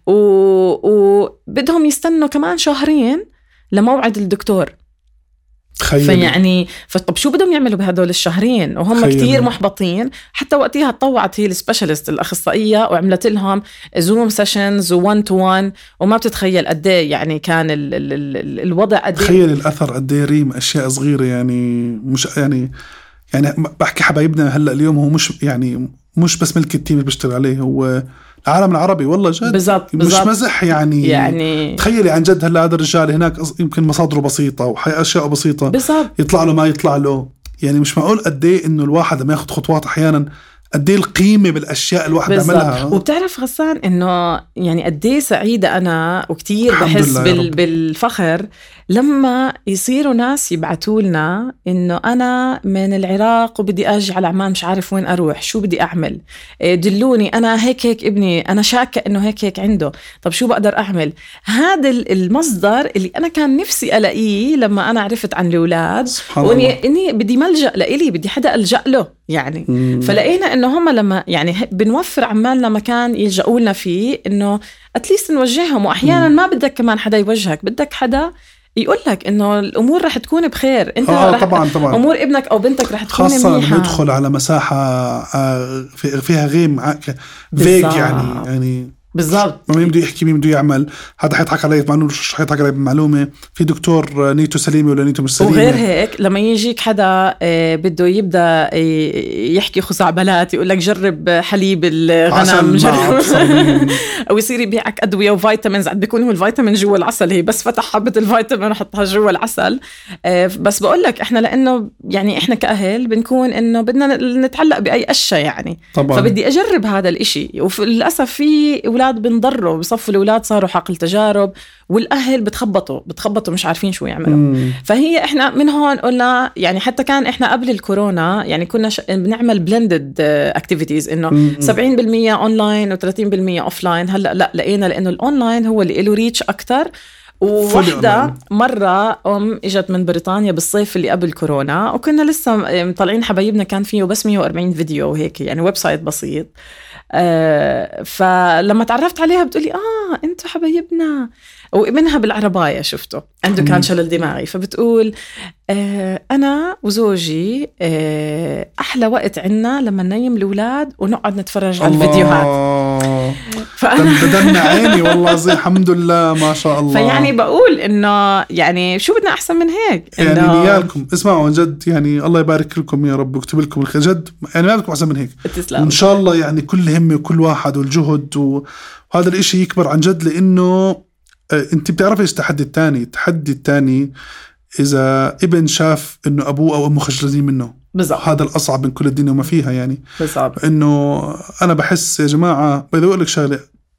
وبدهم يستنوا كمان شهرين لموعد الدكتور. خيالي. فيعني فطب شو بدهم يعملوا بهدول الشهرين وهم خيالي. كتير محبطين. حتى وقتها تطوعت هي السبيشالست الأخصائية وعملت لهم زوم سيشنز وون تو وان وما بتتخيل قد ايه يعني كان ال ال ال الوضع قد ايه. تخيل الأثر قد ايه ريم، أشياء صغيرة يعني مش يعني يعني بحكي حبايبنا هلا اليوم هو مش يعني مش بس ملك التيم اللي بيشتغل عليه، هو العالم العربي والله جد بالزبط. مش بالزبط. مزح يعني يعني تخيلي عن جد هلا هذا الرجال هناك يمكن مصادره بسيطة وحي أشياء بسيطة بالزبط. يطلع له ما يطلع له، يعني مش معقول قد ايه إنه الواحد ما ياخد خطوات أحيانا قد ايه القيمة بالأشياء الواحد عملها. وبتعرف غسان إنه يعني قد ايه سعيدة أنا وكتير بحس بال بالفخر لما يصيروا ناس يبعتوا لنا إنه أنا من العراق وبدي أجي على عمان مش عارف وين أروح شو بدي أعمل، دلوني أنا هيك هيك ابني أنا شاكة إنه هيك هيك عنده، طب شو بقدر أعمل. هذا المصدر اللي أنا كان نفسي ألاقيه لما أنا عرفت عن الأولاد وإني إني بدي ملجأ لإلي بدي حدا ألجأ له يعني. مم. فلقينا إنه هم لما يعني بنوفر عمالنا مكان يلجأوا لنا فيه إنه أتليست نوجههم، وأحيانا مم. ما بدك كمان حدا يوجهك، بدك حدا يقول لك إنه الأمور رح تكون بخير، أنت آه طبعاً طبعاً. أمور ابنك أو بنتك رح تكون خاصة منيحة. خاصة ندخل على مساحة فيها غيم فيج يعني يعني بالضبط. مين بده يحكي مين بده يعمل، هذا حيضحك علي بمعلومة مش حيضحك علي بمعلومة، في دكتور نيته سليمة ولا نيته مش سليمة. وغير هيك لما يجيك حدا بده يبدأ يحكي خزعبلات يقول لك جرب حليب الغنم جرب أو يصير يبيعك أدوية وفيتامينز، عاد بيكون هو الفيتامين جوا العسل، هي بس فتح حبة الفيتامين وحطها جوا العسل. بس بقول لك إحنا لأنه يعني إحنا كأهل بنكون إنه بدنا نتعلق بأي أشياء يعني طبعا. فبدي أجرب هذا الإشي، وللأسف في أولاد بنضروا بصف الأولاد صاروا حقل تجارب، والأهل بتخبطوا بتخبطوا مش عارفين شو يعملوا. مم. فهي إحنا من هون قلنا يعني حتى كان إحنا قبل الكورونا يعني كنا ش... بنعمل blended activities إنه سبعين بالمية أونلاين وثلاثين بالمية أوفلاين. هلأ لا لقينا لأنه الأونلاين هو اللي له ريتش أكتر. وواحدة مرة أم إجت من بريطانيا بالصيف اللي قبل كورونا، وكنا لسه مطلعين حبايبنا، كان فيه بس مية وأربعين فيديو وهيك يعني ويب سايت بسيط. آه فلما تعرفت عليها بتقولي آه أنتوا حبايبنا، وابنها بالعرباية شفته عنده كان شلل دماغي، فبتقول آه أنا وزوجي آه أحلى وقت عنا لما ننيم الأولاد ونقعد نتفرج على الفيديوهات. فأنا بدنا عيني والله زي الحمد لله ما شاء الله. فيعني بقول إنه يعني شو بدنا أحسن من هيك يعني نيالكم اسمعوا جد يعني الله يبارك لكم يا رب ويكتب لكم الخير جد، يعني ما بدكم أحسن من هيك وإن شاء الله يعني كل همة وكل واحد والجهد، وهذا الإشي يكبر عن جد. لأنه أنت بتعرف إيش التحدي الثاني؟ التحدي الثاني إذا ابن شاف إنه أبوه أو أمه خجلانين منه بالضبط، هذا الأصعب من كل الدنيا وما فيها يعني بالضبط. إنه أنا بحس يا جماعة بدي أقول لك شغلة،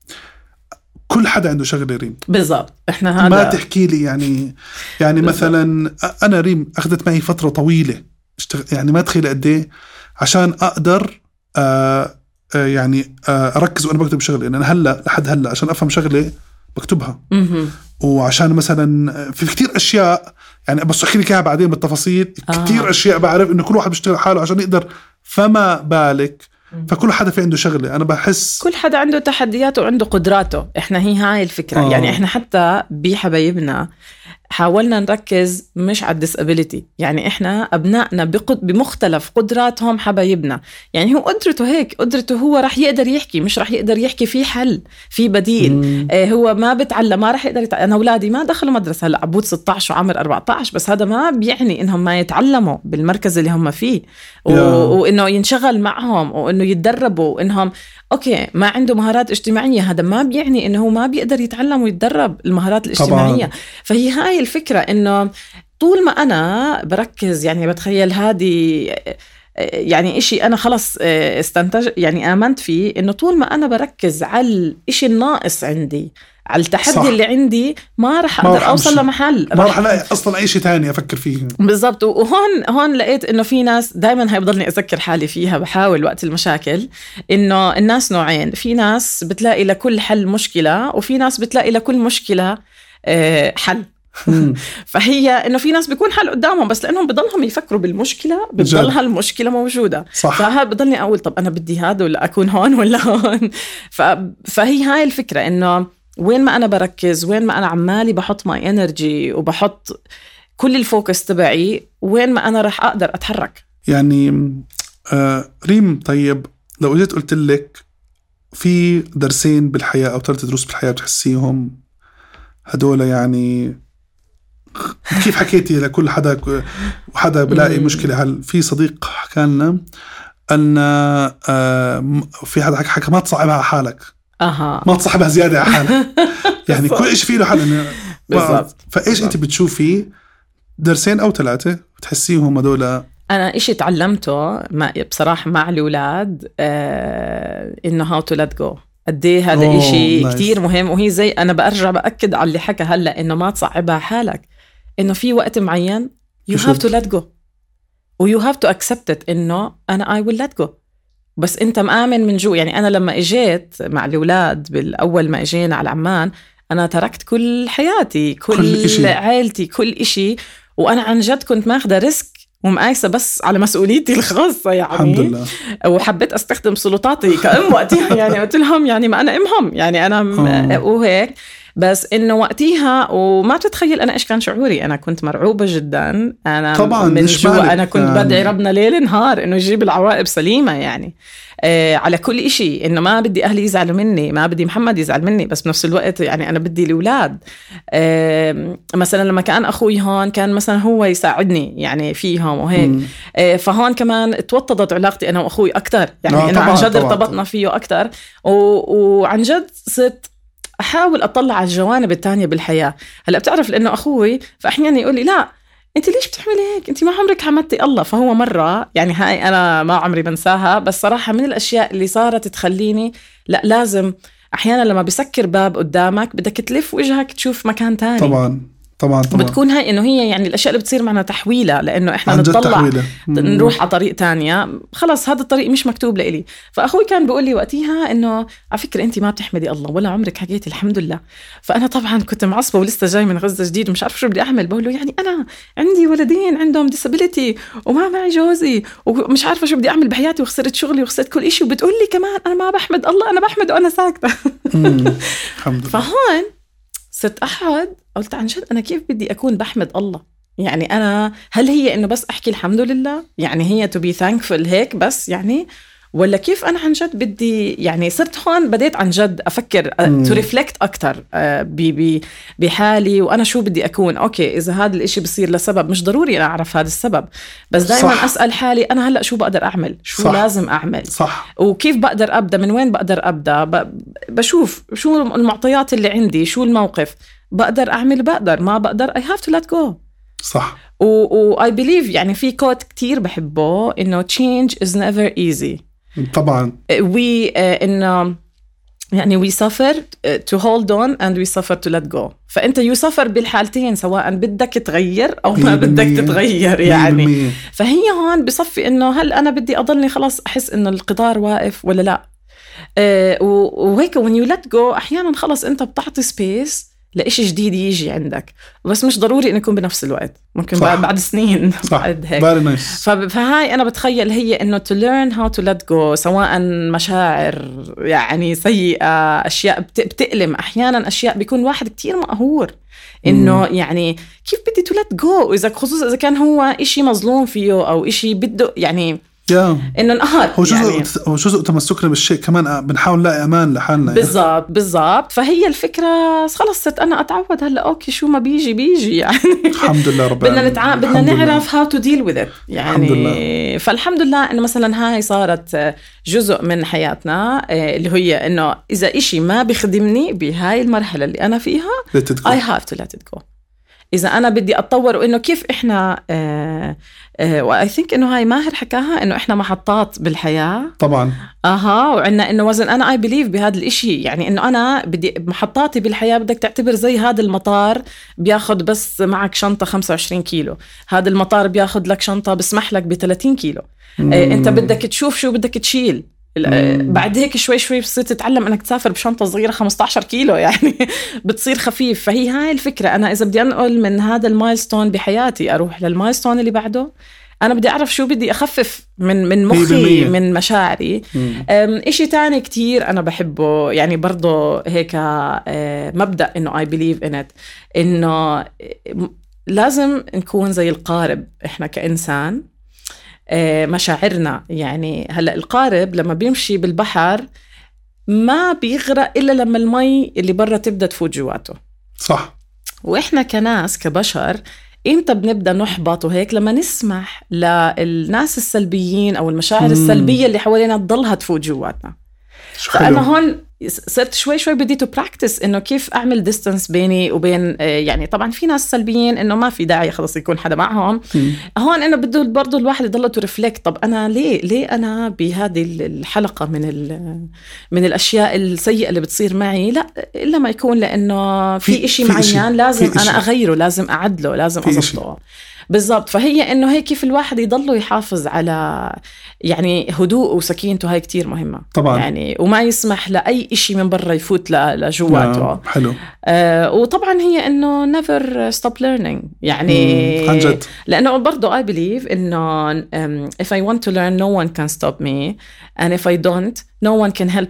كل حدا عنده شغلة ريم بالضبط. إحنا هذا ما تحكي لي يعني يعني بالزبط. مثلا أنا ريم أخذت معي فترة طويلة يعني ما تخيل قد إيه عشان أقدر آآ آآ يعني آآ أركز وأنا بكتب شغلة. يعني أنا هلا لحد هلا عشان أفهم شغلة بكتبها م-م. وعشان مثلا في كتير أشياء يعني بس أحكي لك إياها بعدين بالتفاصيل. آه. كتير أشياء بعرف إنه كل واحد بيشتغل حاله عشان يقدر، فما بالك فكل حدا في عنده شغلة. أنا بحس كل حدا عنده تحدياته وعنده قدراته. إحنا هي هاي الفكرة. آه. يعني إحنا حتى بحبايبنا حاولنا نركز مش على الديسابيليتي، يعني إحنا أبنائنا بمختلف قدراتهم حبايبنا. يعني هو قدرته هيك، قدرته هو رح يقدر يحكي، مش رح يقدر يحكي في حل في بديل. آه هو ما بتعلم ما رح يقدر يتعلم. أنا أولادي ما دخلوا مدرسة، هلأ عبود ستة عشر وعمر أربعة عشر، بس هذا ما بيعني إنهم ما يتعلموا بالمركز اللي هم فيه و... وإنه ينشغل معهم وإنه يتدربوا، وإنهم أوكي ما عنده مهارات اجتماعية، هذا ما بيعني إنه هو ما بيقدر يتعلم ويتدرب المهارات الاجتماعية. طبعا. فهي هاي الفكرة إنه طول ما أنا بركز يعني بتخيل هذه يعني إشي أنا خلص استنتج يعني آمنت فيه، إنه طول ما أنا بركز على الإشي الناقص عندي، على التحدي صح. اللي عندي ما رح أقدر أوصل لمحل، ما رح ألاقي أصلا أي شيء تاني أفكر فيه بالضبط. وهون هون لقيت إنه في ناس دايما هاي بضلني أذكر حالي فيها، بحاول وقت المشاكل إنه الناس نوعين، في ناس بتلاقي لكل حل مشكلة، وفي ناس بتلاقي لكل مشكلة حل. فهي إنه في ناس بيكون حل قدامهم، بس لأنهم بضلهم يفكروا بالمشكلة بتضلها المشكلة موجودة. فها بضلني أقول طب أنا بدي هذا ولا أكون هون ولا هون. فهي هاي الفكرة، إنه وين ما أنا بركز، وين ما أنا عمالي بحط ماي انرجي وبحط كل الفوكس تبعي، وين ما أنا رح أقدر أتحرك. يعني آه ريم، طيب لو جيت قلت لك في درسين بالحياة أو ثلاثة دروس بالحياة بتحسيهم هدول يعني كيف حكيتي لكل حدا وحدا بلاقي مشكلة؟ هل في صديق حكى لنا أن آه في حدا حكى ما تصعبها على حالك، أها. ما تصعبها زيادة على حالك. يعني كل إيش فيه له حل. فإيش أنت بتشوفي درسين أو ثلاثة بتحسيهم هدول؟ أنا إشي تعلمته بصراحة مع الأولاد آه إنه how to let go. قديه هذا إشي كتير مهم. وهي زي أنا برجع بأكد على اللي حكى هلأ، إنه ما تصعبها حالك، إنه في وقت معين you have to let go و you have to accept it، إنه أنا I will let go، بس أنت مآمن من جو. يعني أنا لما إجيت مع الأولاد بالأول ما إجينا على عمان، أنا تركت كل حياتي، كل, كل عائلتي، كل إشي، وأنا عن جد كنت ماخدة ريسك ومقايسة بس على مسؤوليتي الخاصة يعني. الحمد لله. وحبيت أستخدم سلطاتي كأم وقتها يعني قلت لهم يعني ما أنا أمهم يعني أنا م... وهيك. بس إنه وقتيها وما تتخيل أنا إيش كان شعوري. أنا كنت مرعوبة جدا. أنا طبعا من جوا أنا كنت يعني. بدعي ربنا ليل نهار إنه يجيب العواقب سليمة يعني آه على كل إشي. إنه ما بدي أهلي يزعلوا مني، ما بدي محمد يزعل مني، بس بنفس الوقت يعني أنا بدي الأولاد. آه مثلا لما كان أخوي هون كان مثلا هو يساعدني يعني فيهم وهيك. آه فهون كمان توطدت علاقتي أنا وأخوي أكتر يعني آه إنه عن جد طبعاً ارتبطنا طبعاً. فيه أكتر، وعن جد صرت أحاول أطلع على الجوانب التانية بالحياة. هلأ بتعرف لأنه أخوي فأحيانا يقول لي لا أنت ليش بتعملي هيك، أنت ما عمرك حمدتي الله. فهو مرة يعني هاي أنا ما عمري بنساها، بس صراحة من الأشياء اللي صارت تخليني لا لازم أحيانا لما بسكر باب قدامك بدك تلف وجهك تشوف مكان تاني. طبعا طبعا طبعا. بتكون هاي إنه هي يعني الأشياء اللي بتصير معنا تحويلة، لأنه إحنا نطلع نروح على طريق تانية، خلاص هذا الطريق مش مكتوب لإلي. فأخوي كان بيقول لي وقتها إنه على فكرة أنت ما بتحمدي الله ولا عمرك حكيتي الحمد لله. فأنا طبعا كنت معصبة ولسه جاي من غزة جديد ومش عارفة شو بدي أعمل. بقول له يعني أنا عندي ولدين عندهم disability وما معي جوزي ومش عارفة شو بدي أعمل بحياتي وخسرت شغلي وخسرت كل إشي، وبتقول لي كمان أنا ما بحمد الله. أنا بحمد وأنا ساكتة. الحمد لله. فهون صرت أحد قلت عن جد أنا كيف بدي أكون بحمد الله. يعني أنا هل هي إنه بس أحكي الحمد لله يعني هي to be thankful هيك بس يعني، ولا كيف أنا عن جد بدي يعني. صرت هون بديت عن جد أفكر to reflect أكتر بحالي وأنا شو بدي أكون. أوكي إذا هذا الإشي بصير لسبب مش ضروري أنا أعرف هذا السبب، بس دايما أسأل حالي أنا هلأ شو بقدر أعمل، شو صح. لازم أعمل صح. وكيف بقدر أبدأ، من وين بقدر أبدأ، بشوف شو المعطيات اللي عندي، شو الموقف بقدر أعمل، بقدر ما بقدر I have to let go. صح. و I believe يعني في كوت كتير بحبه إنه change is never easy. طبعا. we uh, إنه يعني we suffer to hold on and we suffer to let go. فأنت you suffer بالحالتين سواء بدك تغير أو ما بدك تتغير يعني. مية. فهي هون بصفي إنه هل أنا بدي أضلني خلاص أحس إنه القطار واقف ولا لا. uh, وهيك when you let go أحيانا خلاص أنت بتعطي space لإشي جديد يجي عندك، بس مش ضروري إنه يكون بنفس الوقت، ممكن صح. بعد سنين. صح. بعد هيك. Very nice. فهاي أنا بتخيل هي إنه to learn how to let go، سواء مشاعر يعني سيئة، أشياء بتألم، أحيانا أشياء بيكون واحد كتير مقهور إنه يعني كيف بدي to let go، إذا خصوصا إذا كان هو إشي مظلوم فيه أو إشي بده يعني yeah. إنه انقهر. هو جزء يعني هو جزء تمسكنا بالشيء كمان، بنحاول نلاقي أمان لحالنا. بالضبط بالضبط. فهي الفكرة خلص صرت أنا أتعود هلا أوكي شو ما بيجي بيجي يعني. الحمد لله رب بدنا نتع... بدنا نعرف how to deal with it يعني. الحمد لله. فالحمد لله إنه مثلا هاي صارت جزء من حياتنا، اللي هي إنه إذا إشي ما بيخدمني بهاي المرحلة اللي أنا فيها I have to let it go. إذا أنا بدي أتطور، وإنه كيف إحنا آه آه وآي ثينك إنه هاي ماهر حكاها إنه إحنا محطات بالحياة. طبعا. أها. وعنا إنه وزن أنا I believe بهذا الإشي يعني، إنه أنا بدي محطاتي بالحياة بدك تعتبر زي هذا المطار بياخد بس معك شنطة خمسة وعشرين كيلو، هذا المطار بياخد لك شنطة بسمح لك بثلاثين كيلو. آه أنت بدك تشوف شو بدك تشيل. بعد هيك شوي شوي بتصير تتعلم انك تسافر بشنطه صغيره خمسة عشر كيلو يعني بتصير خفيف. فهي هاي الفكره. انا اذا بدي انقل من هذا المايلستون بحياتي اروح للمايلستون اللي بعده، انا بدي اعرف شو بدي اخفف من من مخي من مشاعري. اشي تاني كتير انا بحبه يعني برضو هيك مبدأ انه I believe in it، انه لازم نكون زي القارب احنا كإنسان. مشاعرنا يعني هلأ القارب لما بيمشي بالبحر ما بيغرق إلا لما المي اللي برا تبدأ تفوت جواته. صح. وإحنا كناس كبشر إمتى بنبدأ نحبط وهيك؟ لما نسمح للناس السلبيين أو المشاعر مم. السلبية اللي حوالينا تضلها تفوت جواتنا. فأنا هون صرت شوي شوي بدي تو براكتس إنه كيف أعمل ديستانس بيني وبين يعني طبعا في ناس سلبيين إنه ما في داعي خلاص يكون حدا معهم. م. هون إنه بده برضو الواحد يضل تو ريفلكت، طب أنا ليه ليه أنا بهذه الحلقة من من الأشياء السيئة اللي بتصير معي؟ لا إلا ما يكون لأنه في, في إشي معين لازم أنا أغيره، لازم أعدله، لازم أضبطه. بالضبط. فهي إنه هيك كيف الواحد يضله يحافظ على يعني هدوء وسكينته، هاي كتير مهمة طبعا يعني، وما يسمح لأي إشي من برا يفوت لجواته. حلو. آه وطبعا هي إنه never stop learning يعني عن جد. لأنه برضو I believe إنه um, if I want to learn no one can stop me and if I don't no one can help me.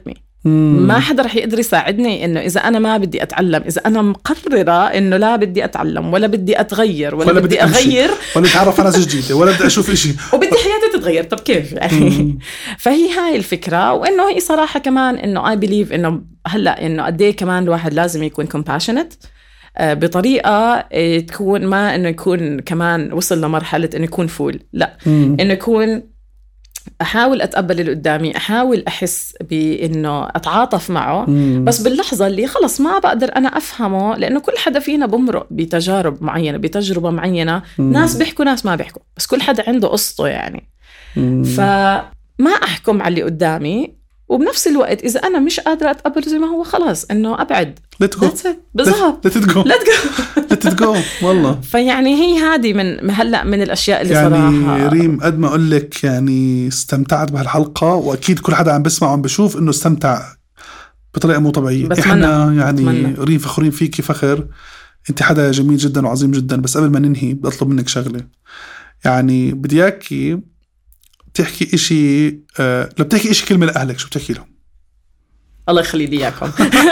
ما حدا رح يقدر يساعدني إنه إذا أنا ما بدي أتعلم، إذا أنا مقررة إنه لا بدي أتعلم ولا بدي أتغير ولا, ولا بدي, بدي أغير ولا أتعرف على ناس جديدة ولا بدي أشوف إشي وبدي حياتي تتغير. طب كيف يعني؟ فهي هاي الفكرة. وإنه هي صراحة كمان إنه I believe إنه هلأ إنه قديه كمان الواحد لازم يكون compassionate بطريقة تكون ما إنه يكون كمان وصل لمرحلة إنه يكون فول، لا مم. إنه يكون أحاول أتقبل اللي قدامي، أحاول أحس بإنه أتعاطف معه، مم. بس باللحظة اللي خلص ما بقدر أنا أفهمه، لأنه كل حدا فينا بمرق بتجارب معينة بتجربة معينة. مم. ناس بيحكوا ناس ما بيحكوا، بس كل حدا عنده قصته يعني. مم. فما أحكم على اللي قدامي، وبنفس الوقت إذا أنا مش قادرة أتقبل زي ما هو خلاص إنه أبعد. Let go. بالضبط. Let it go. Let go. Let it go. والله. فيعني هي هذه من هلأ من الأشياء اللي يعني صراحة. يعني ريم قد ما أقول لك يعني استمتعت بهالحلقة، وأكيد كل حدا عم بسمع وعم بشوف إنه استمتع بطريقة مو طبيعية. إحنا يعني بتمنى. ريم فخورين فيكي فخر، أنت حدا جميل جدا وعظيم جدا. بس قبل ما ننهي بدي أطلب منك شغلة، يعني بدي إياكي تحكي إشي آه، لو بتحكي إشي كلمة لأهلك شو بتحكي لهم؟ الله يخلي لي إياكم.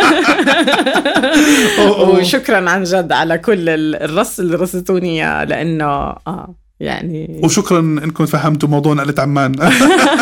وشكرا عن جد على كل الرص اللي رصتوني، لأنه آه يعني وشكرا إنكم فهمتوا موضوع نقلة عمان.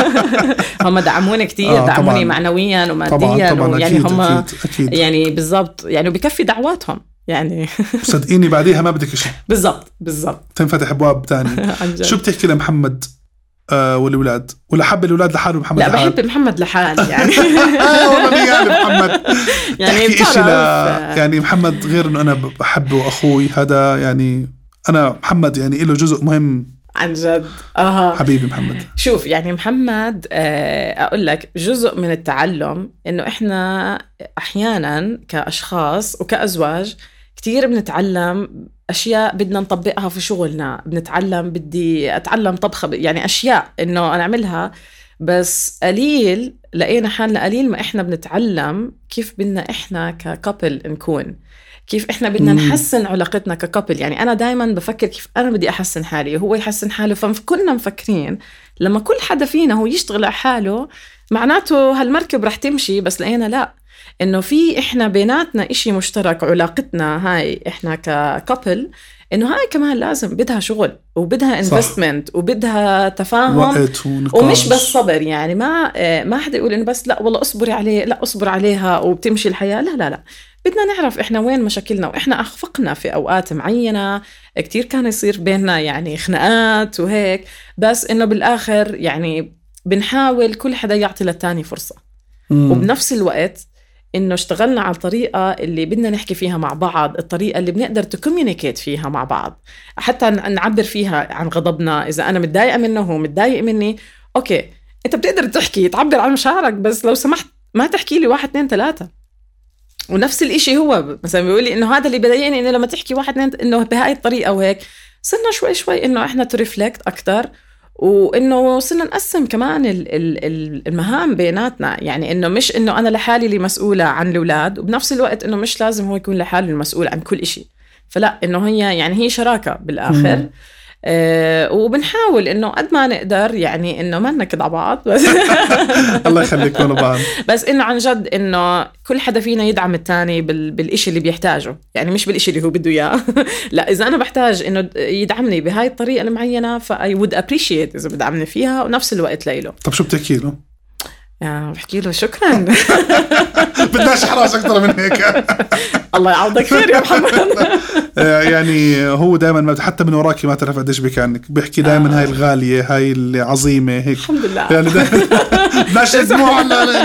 هم دعموني كتير، آه دعموني طبعاً. معنويا وماديا طبعاً طبعاً يعني هم أكيد أكيد. يعني بالضبط يعني بكفي دعواتهم يعني. صدقيني بعديها ما بدك شيء. بالضبط بالضبط تنفتح أبواب تاني. شو بتحكي لمحمد آه والولاد؟ ولا حب الولاد لحاله محمد؟ لا لحال. بحب محمد لحال يعني. والله مين يعني محمد يعني إشي لا يعني محمد غير إنه أنا بحبه وأخوي هذا يعني. أنا محمد يعني له جزء مهم عن جد. أها حبيبي محمد. شوف يعني محمد آه أقول لك جزء من التعلم إنه إحنا أحيانا كأشخاص وكأزواج كتير بنتعلم أشياء بدنا نطبقها في شغلنا. بنتعلم بدي أتعلم طبخة يعني أشياء إنه أنا أعملها، بس قليل لقينا حالنا قليل ما إحنا بنتعلم كيف بدنا إحنا ككابل نكون، كيف إحنا بدنا نحسن علاقتنا ككابل. يعني أنا دايما بفكر كيف أنا بدي أحسن حالي وهو يحسن حاله. فكنا مفكرين لما كل حدا فينا هو يشتغل على حاله معناته هالمركب رح تمشي، بس لقينا لا، إنه في إحنا بيناتنا إشي مشترك. علاقتنا هاي إحنا ككابل إنه هاي كمان لازم بدها شغل وبدها انفستمنت وبدها تفاهم ومش بس صبر. يعني ما ما حدا يقول إنه بس لا والله أصبري عليه، لا أصبر عليها وبتمشي الحياة. لا لا لا، بدنا نعرف إحنا وين مشاكلنا. وإحنا أخفقنا في أوقات معينة كتير كان يصير بيننا يعني خناقات وهيك، بس إنه بالآخر يعني بنحاول كل حدا يعطي للتاني فرصة. مم. وبنفس الوقت إنه اشتغلنا على الطريقة اللي بدنا نحكي فيها مع بعض، الطريقة اللي بنقدر تكوميونيكيت فيها مع بعض، حتى نعبر فيها عن غضبنا. إذا أنا متضايقة منه وهو متضايق مني، أوكي أنت بتقدر تحكي تعبر عن مشاعرك، بس لو سمحت ما تحكي لي واحد اثنين ثلاثة. ونفس الإشي هو مثلا بيقول لي إنه هذا اللي بضايقني إنه لما تحكي واحد اثنين إنه بهاي الطريقة وهيك. صرنا شوي شوي إنه إحنا تريفلكت أكتر، وإنه صرنا نقسم كمان المهام بيناتنا. يعني إنه مش إنه أنا لحالي اللي مسؤولة عن الأولاد، وبنفس الوقت إنه مش لازم هو يكون لحاله المسؤول عن كل إشي. فلا إنه هي يعني هي شراكة بالآخر. أه وبنحاول إنه قد ما نقدر يعني إنه ما نكد على بعض بس. الله يخليك ولا بعض. بس إنه عن جد إنه كل حدا فينا يدعم التاني بال بالإشي اللي بيحتاجه، يعني مش بالإشي اللي هو بده إياه. لا إذا أنا بحتاج إنه يدعمني بهاي الطريقة المعينة ف I would appreciate إذا بدعمني فيها، ونفس الوقت ليله. طب شو بتحكي له؟ يا بحكي له شكرا. بدناش حراس أكتر من هيك. الله يعوضك خير يا محمد. يعني هو دائما حتى من وراكي ما تعرف قديش بيحكي عنك، بيحكي دائما آه. هاي الغالية هاي العظيمة هيك. الحمد لله. يعني بدناش اسمه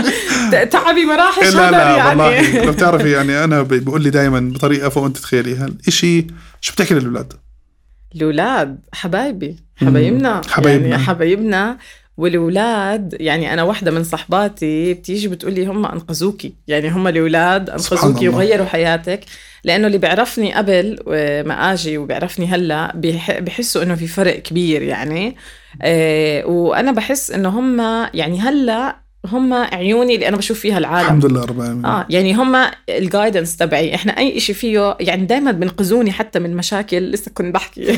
تعبي مراحل. لا لا يعني. والله لو بتعرفي يعني أنا بقول لي دائما بطريقة فوق أنت تتخيلي هالإشي. شو بتحكي للأولاد؟ الأولاد حبايبي حبايبنا حبايبنا يعني حبايبنا. والأولاد يعني أنا واحدة من صحباتي بتيجي بتقولي هم أنقذوكي، يعني هم الأولاد أنقذوكي وغيروا حياتك. لأنه اللي بيعرفني قبل ما أجي وبيعرفني هلأ بيحسوا إنه في فرق كبير يعني. آه وأنا بحس إنه هم يعني هلأ هم عيوني اللي أنا بشوف فيها العالم. الحمد لله رب العالمين. آه يعني هم الجايدنس تبعي. إحنا أي إشي فيه يعني دايما بنقذوني حتى من مشاكل. لسه كنت بحكي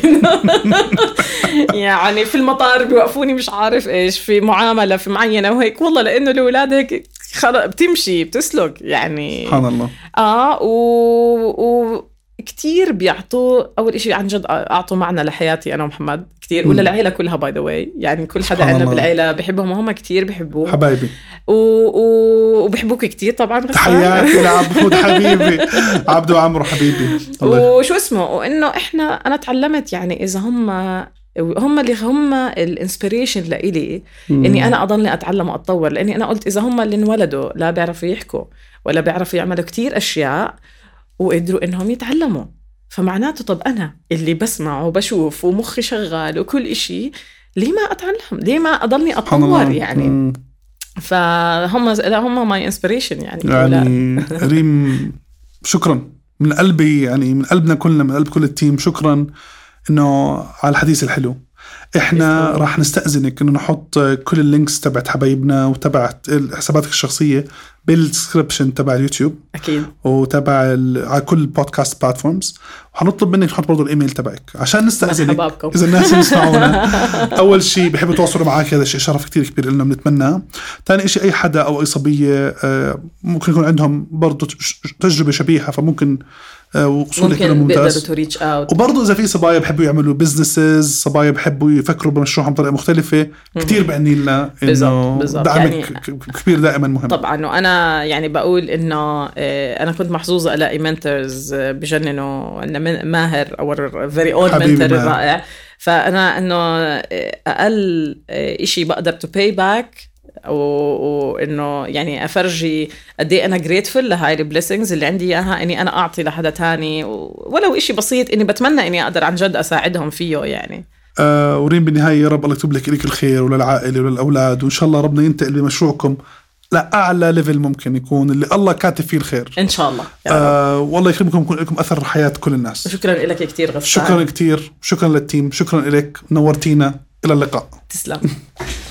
يعني في المطار بيوقفوني مش عارف إيش في معاملة في معينة وهيك، والله لأنه الأولاد هيك خلاص بتمشي بتسلك يعني. سبحان الله. اه و, و... كتير بيعطوا أول إشي عن جد أعطوا معنا لحياتي أنا ومحمد كتير ولا العيلة كلها باي ذا واي يعني كل حدا عندنا بالعيلة بحبهم وهم كتير بحبوه حبايبي و... و... وبحبوك كتير طبعا. تحياتي لعبود حبيبي عبدو عمرو حبيبي. وشو اسمه وإنه إحنا أنا تعلمت يعني إذا هم هم اللي هم الانسبيريشن لإلي إني أنا أضلني أتعلم وأتطور لأني أنا قلت إذا هم اللي انولدوا لا بيعرفوا يحكوا ولا بيعرفوا يعملوا كتير أشياء وقدروا إنهم يتعلموا فمعناته طب أنا اللي بسمع وبشوف ومخي شغال وكل إشي ليه ما أتعلم ليه ما أضلني أتطور يعني م. فهم لا هم my inspiration يعني يعني ريم شكرا من قلبي يعني من قلبنا كلنا من قلب كل التيم شكرا إنه على الحديث الحلو. إحنا راح نستأذنك إنه نحط كل اللينكس تبعت حبايبنا وتبعت حساباتك الشخصية بالديسكريبشن تبع اليوتيوب أكيد وتبع على كل البودكاست بلاتفورمز وحنطلب منك تحط برضو الإيميل تبعك عشان نستأذنك إذا الناس يسمعونا. أول شيء بيحبوا يتواصلوا معك هذا شيء شرف كتير كبير لنا بنتمناه. ثاني شيء أي حدا أو أي صبية ممكن يكون عندهم برضو تجربة شبيهة فممكن وصولك إلى ممتاز. وبرضو إذا في صبايا بحبوا يعملوا بيزنسز صبايا بحبوا يفكروا بمشروعهم بطريقة مختلفة كتير بعني لنا إنه دعمك يعني كبير دائما مهم. طبعا وأنا يعني بقول إنه أنا كنت محظوظة ألاقي منتورز بجننوا إن ماهر أو very own mentor رائع. فأنا إنه أقل إشي بقدر to pay back وإنه يعني أفرجي قدي أنا grateful لهاي البليسنجز اللي عندي إياها إني أنا أعطي لحدا تاني ولو إشي بسيط إني بتمنى إني أقدر عن جد أساعدهم فيه يعني. آه ورين بالنهاية يا رب الله يكتب لك إليك الخير وللعائلة وللأولاد وإن شاء الله ربنا ينتقل بمشروعكم لأعلى ليفل ممكن يكون اللي الله كاتب فيه الخير إن شاء الله. آه والله يكرمكم يكون لكم أثر حياة كل الناس. شكرا لك كتير غفار. شكرا كتير شكرا للتيم شكرا لك نورتينا إلى اللقاء. تسلم.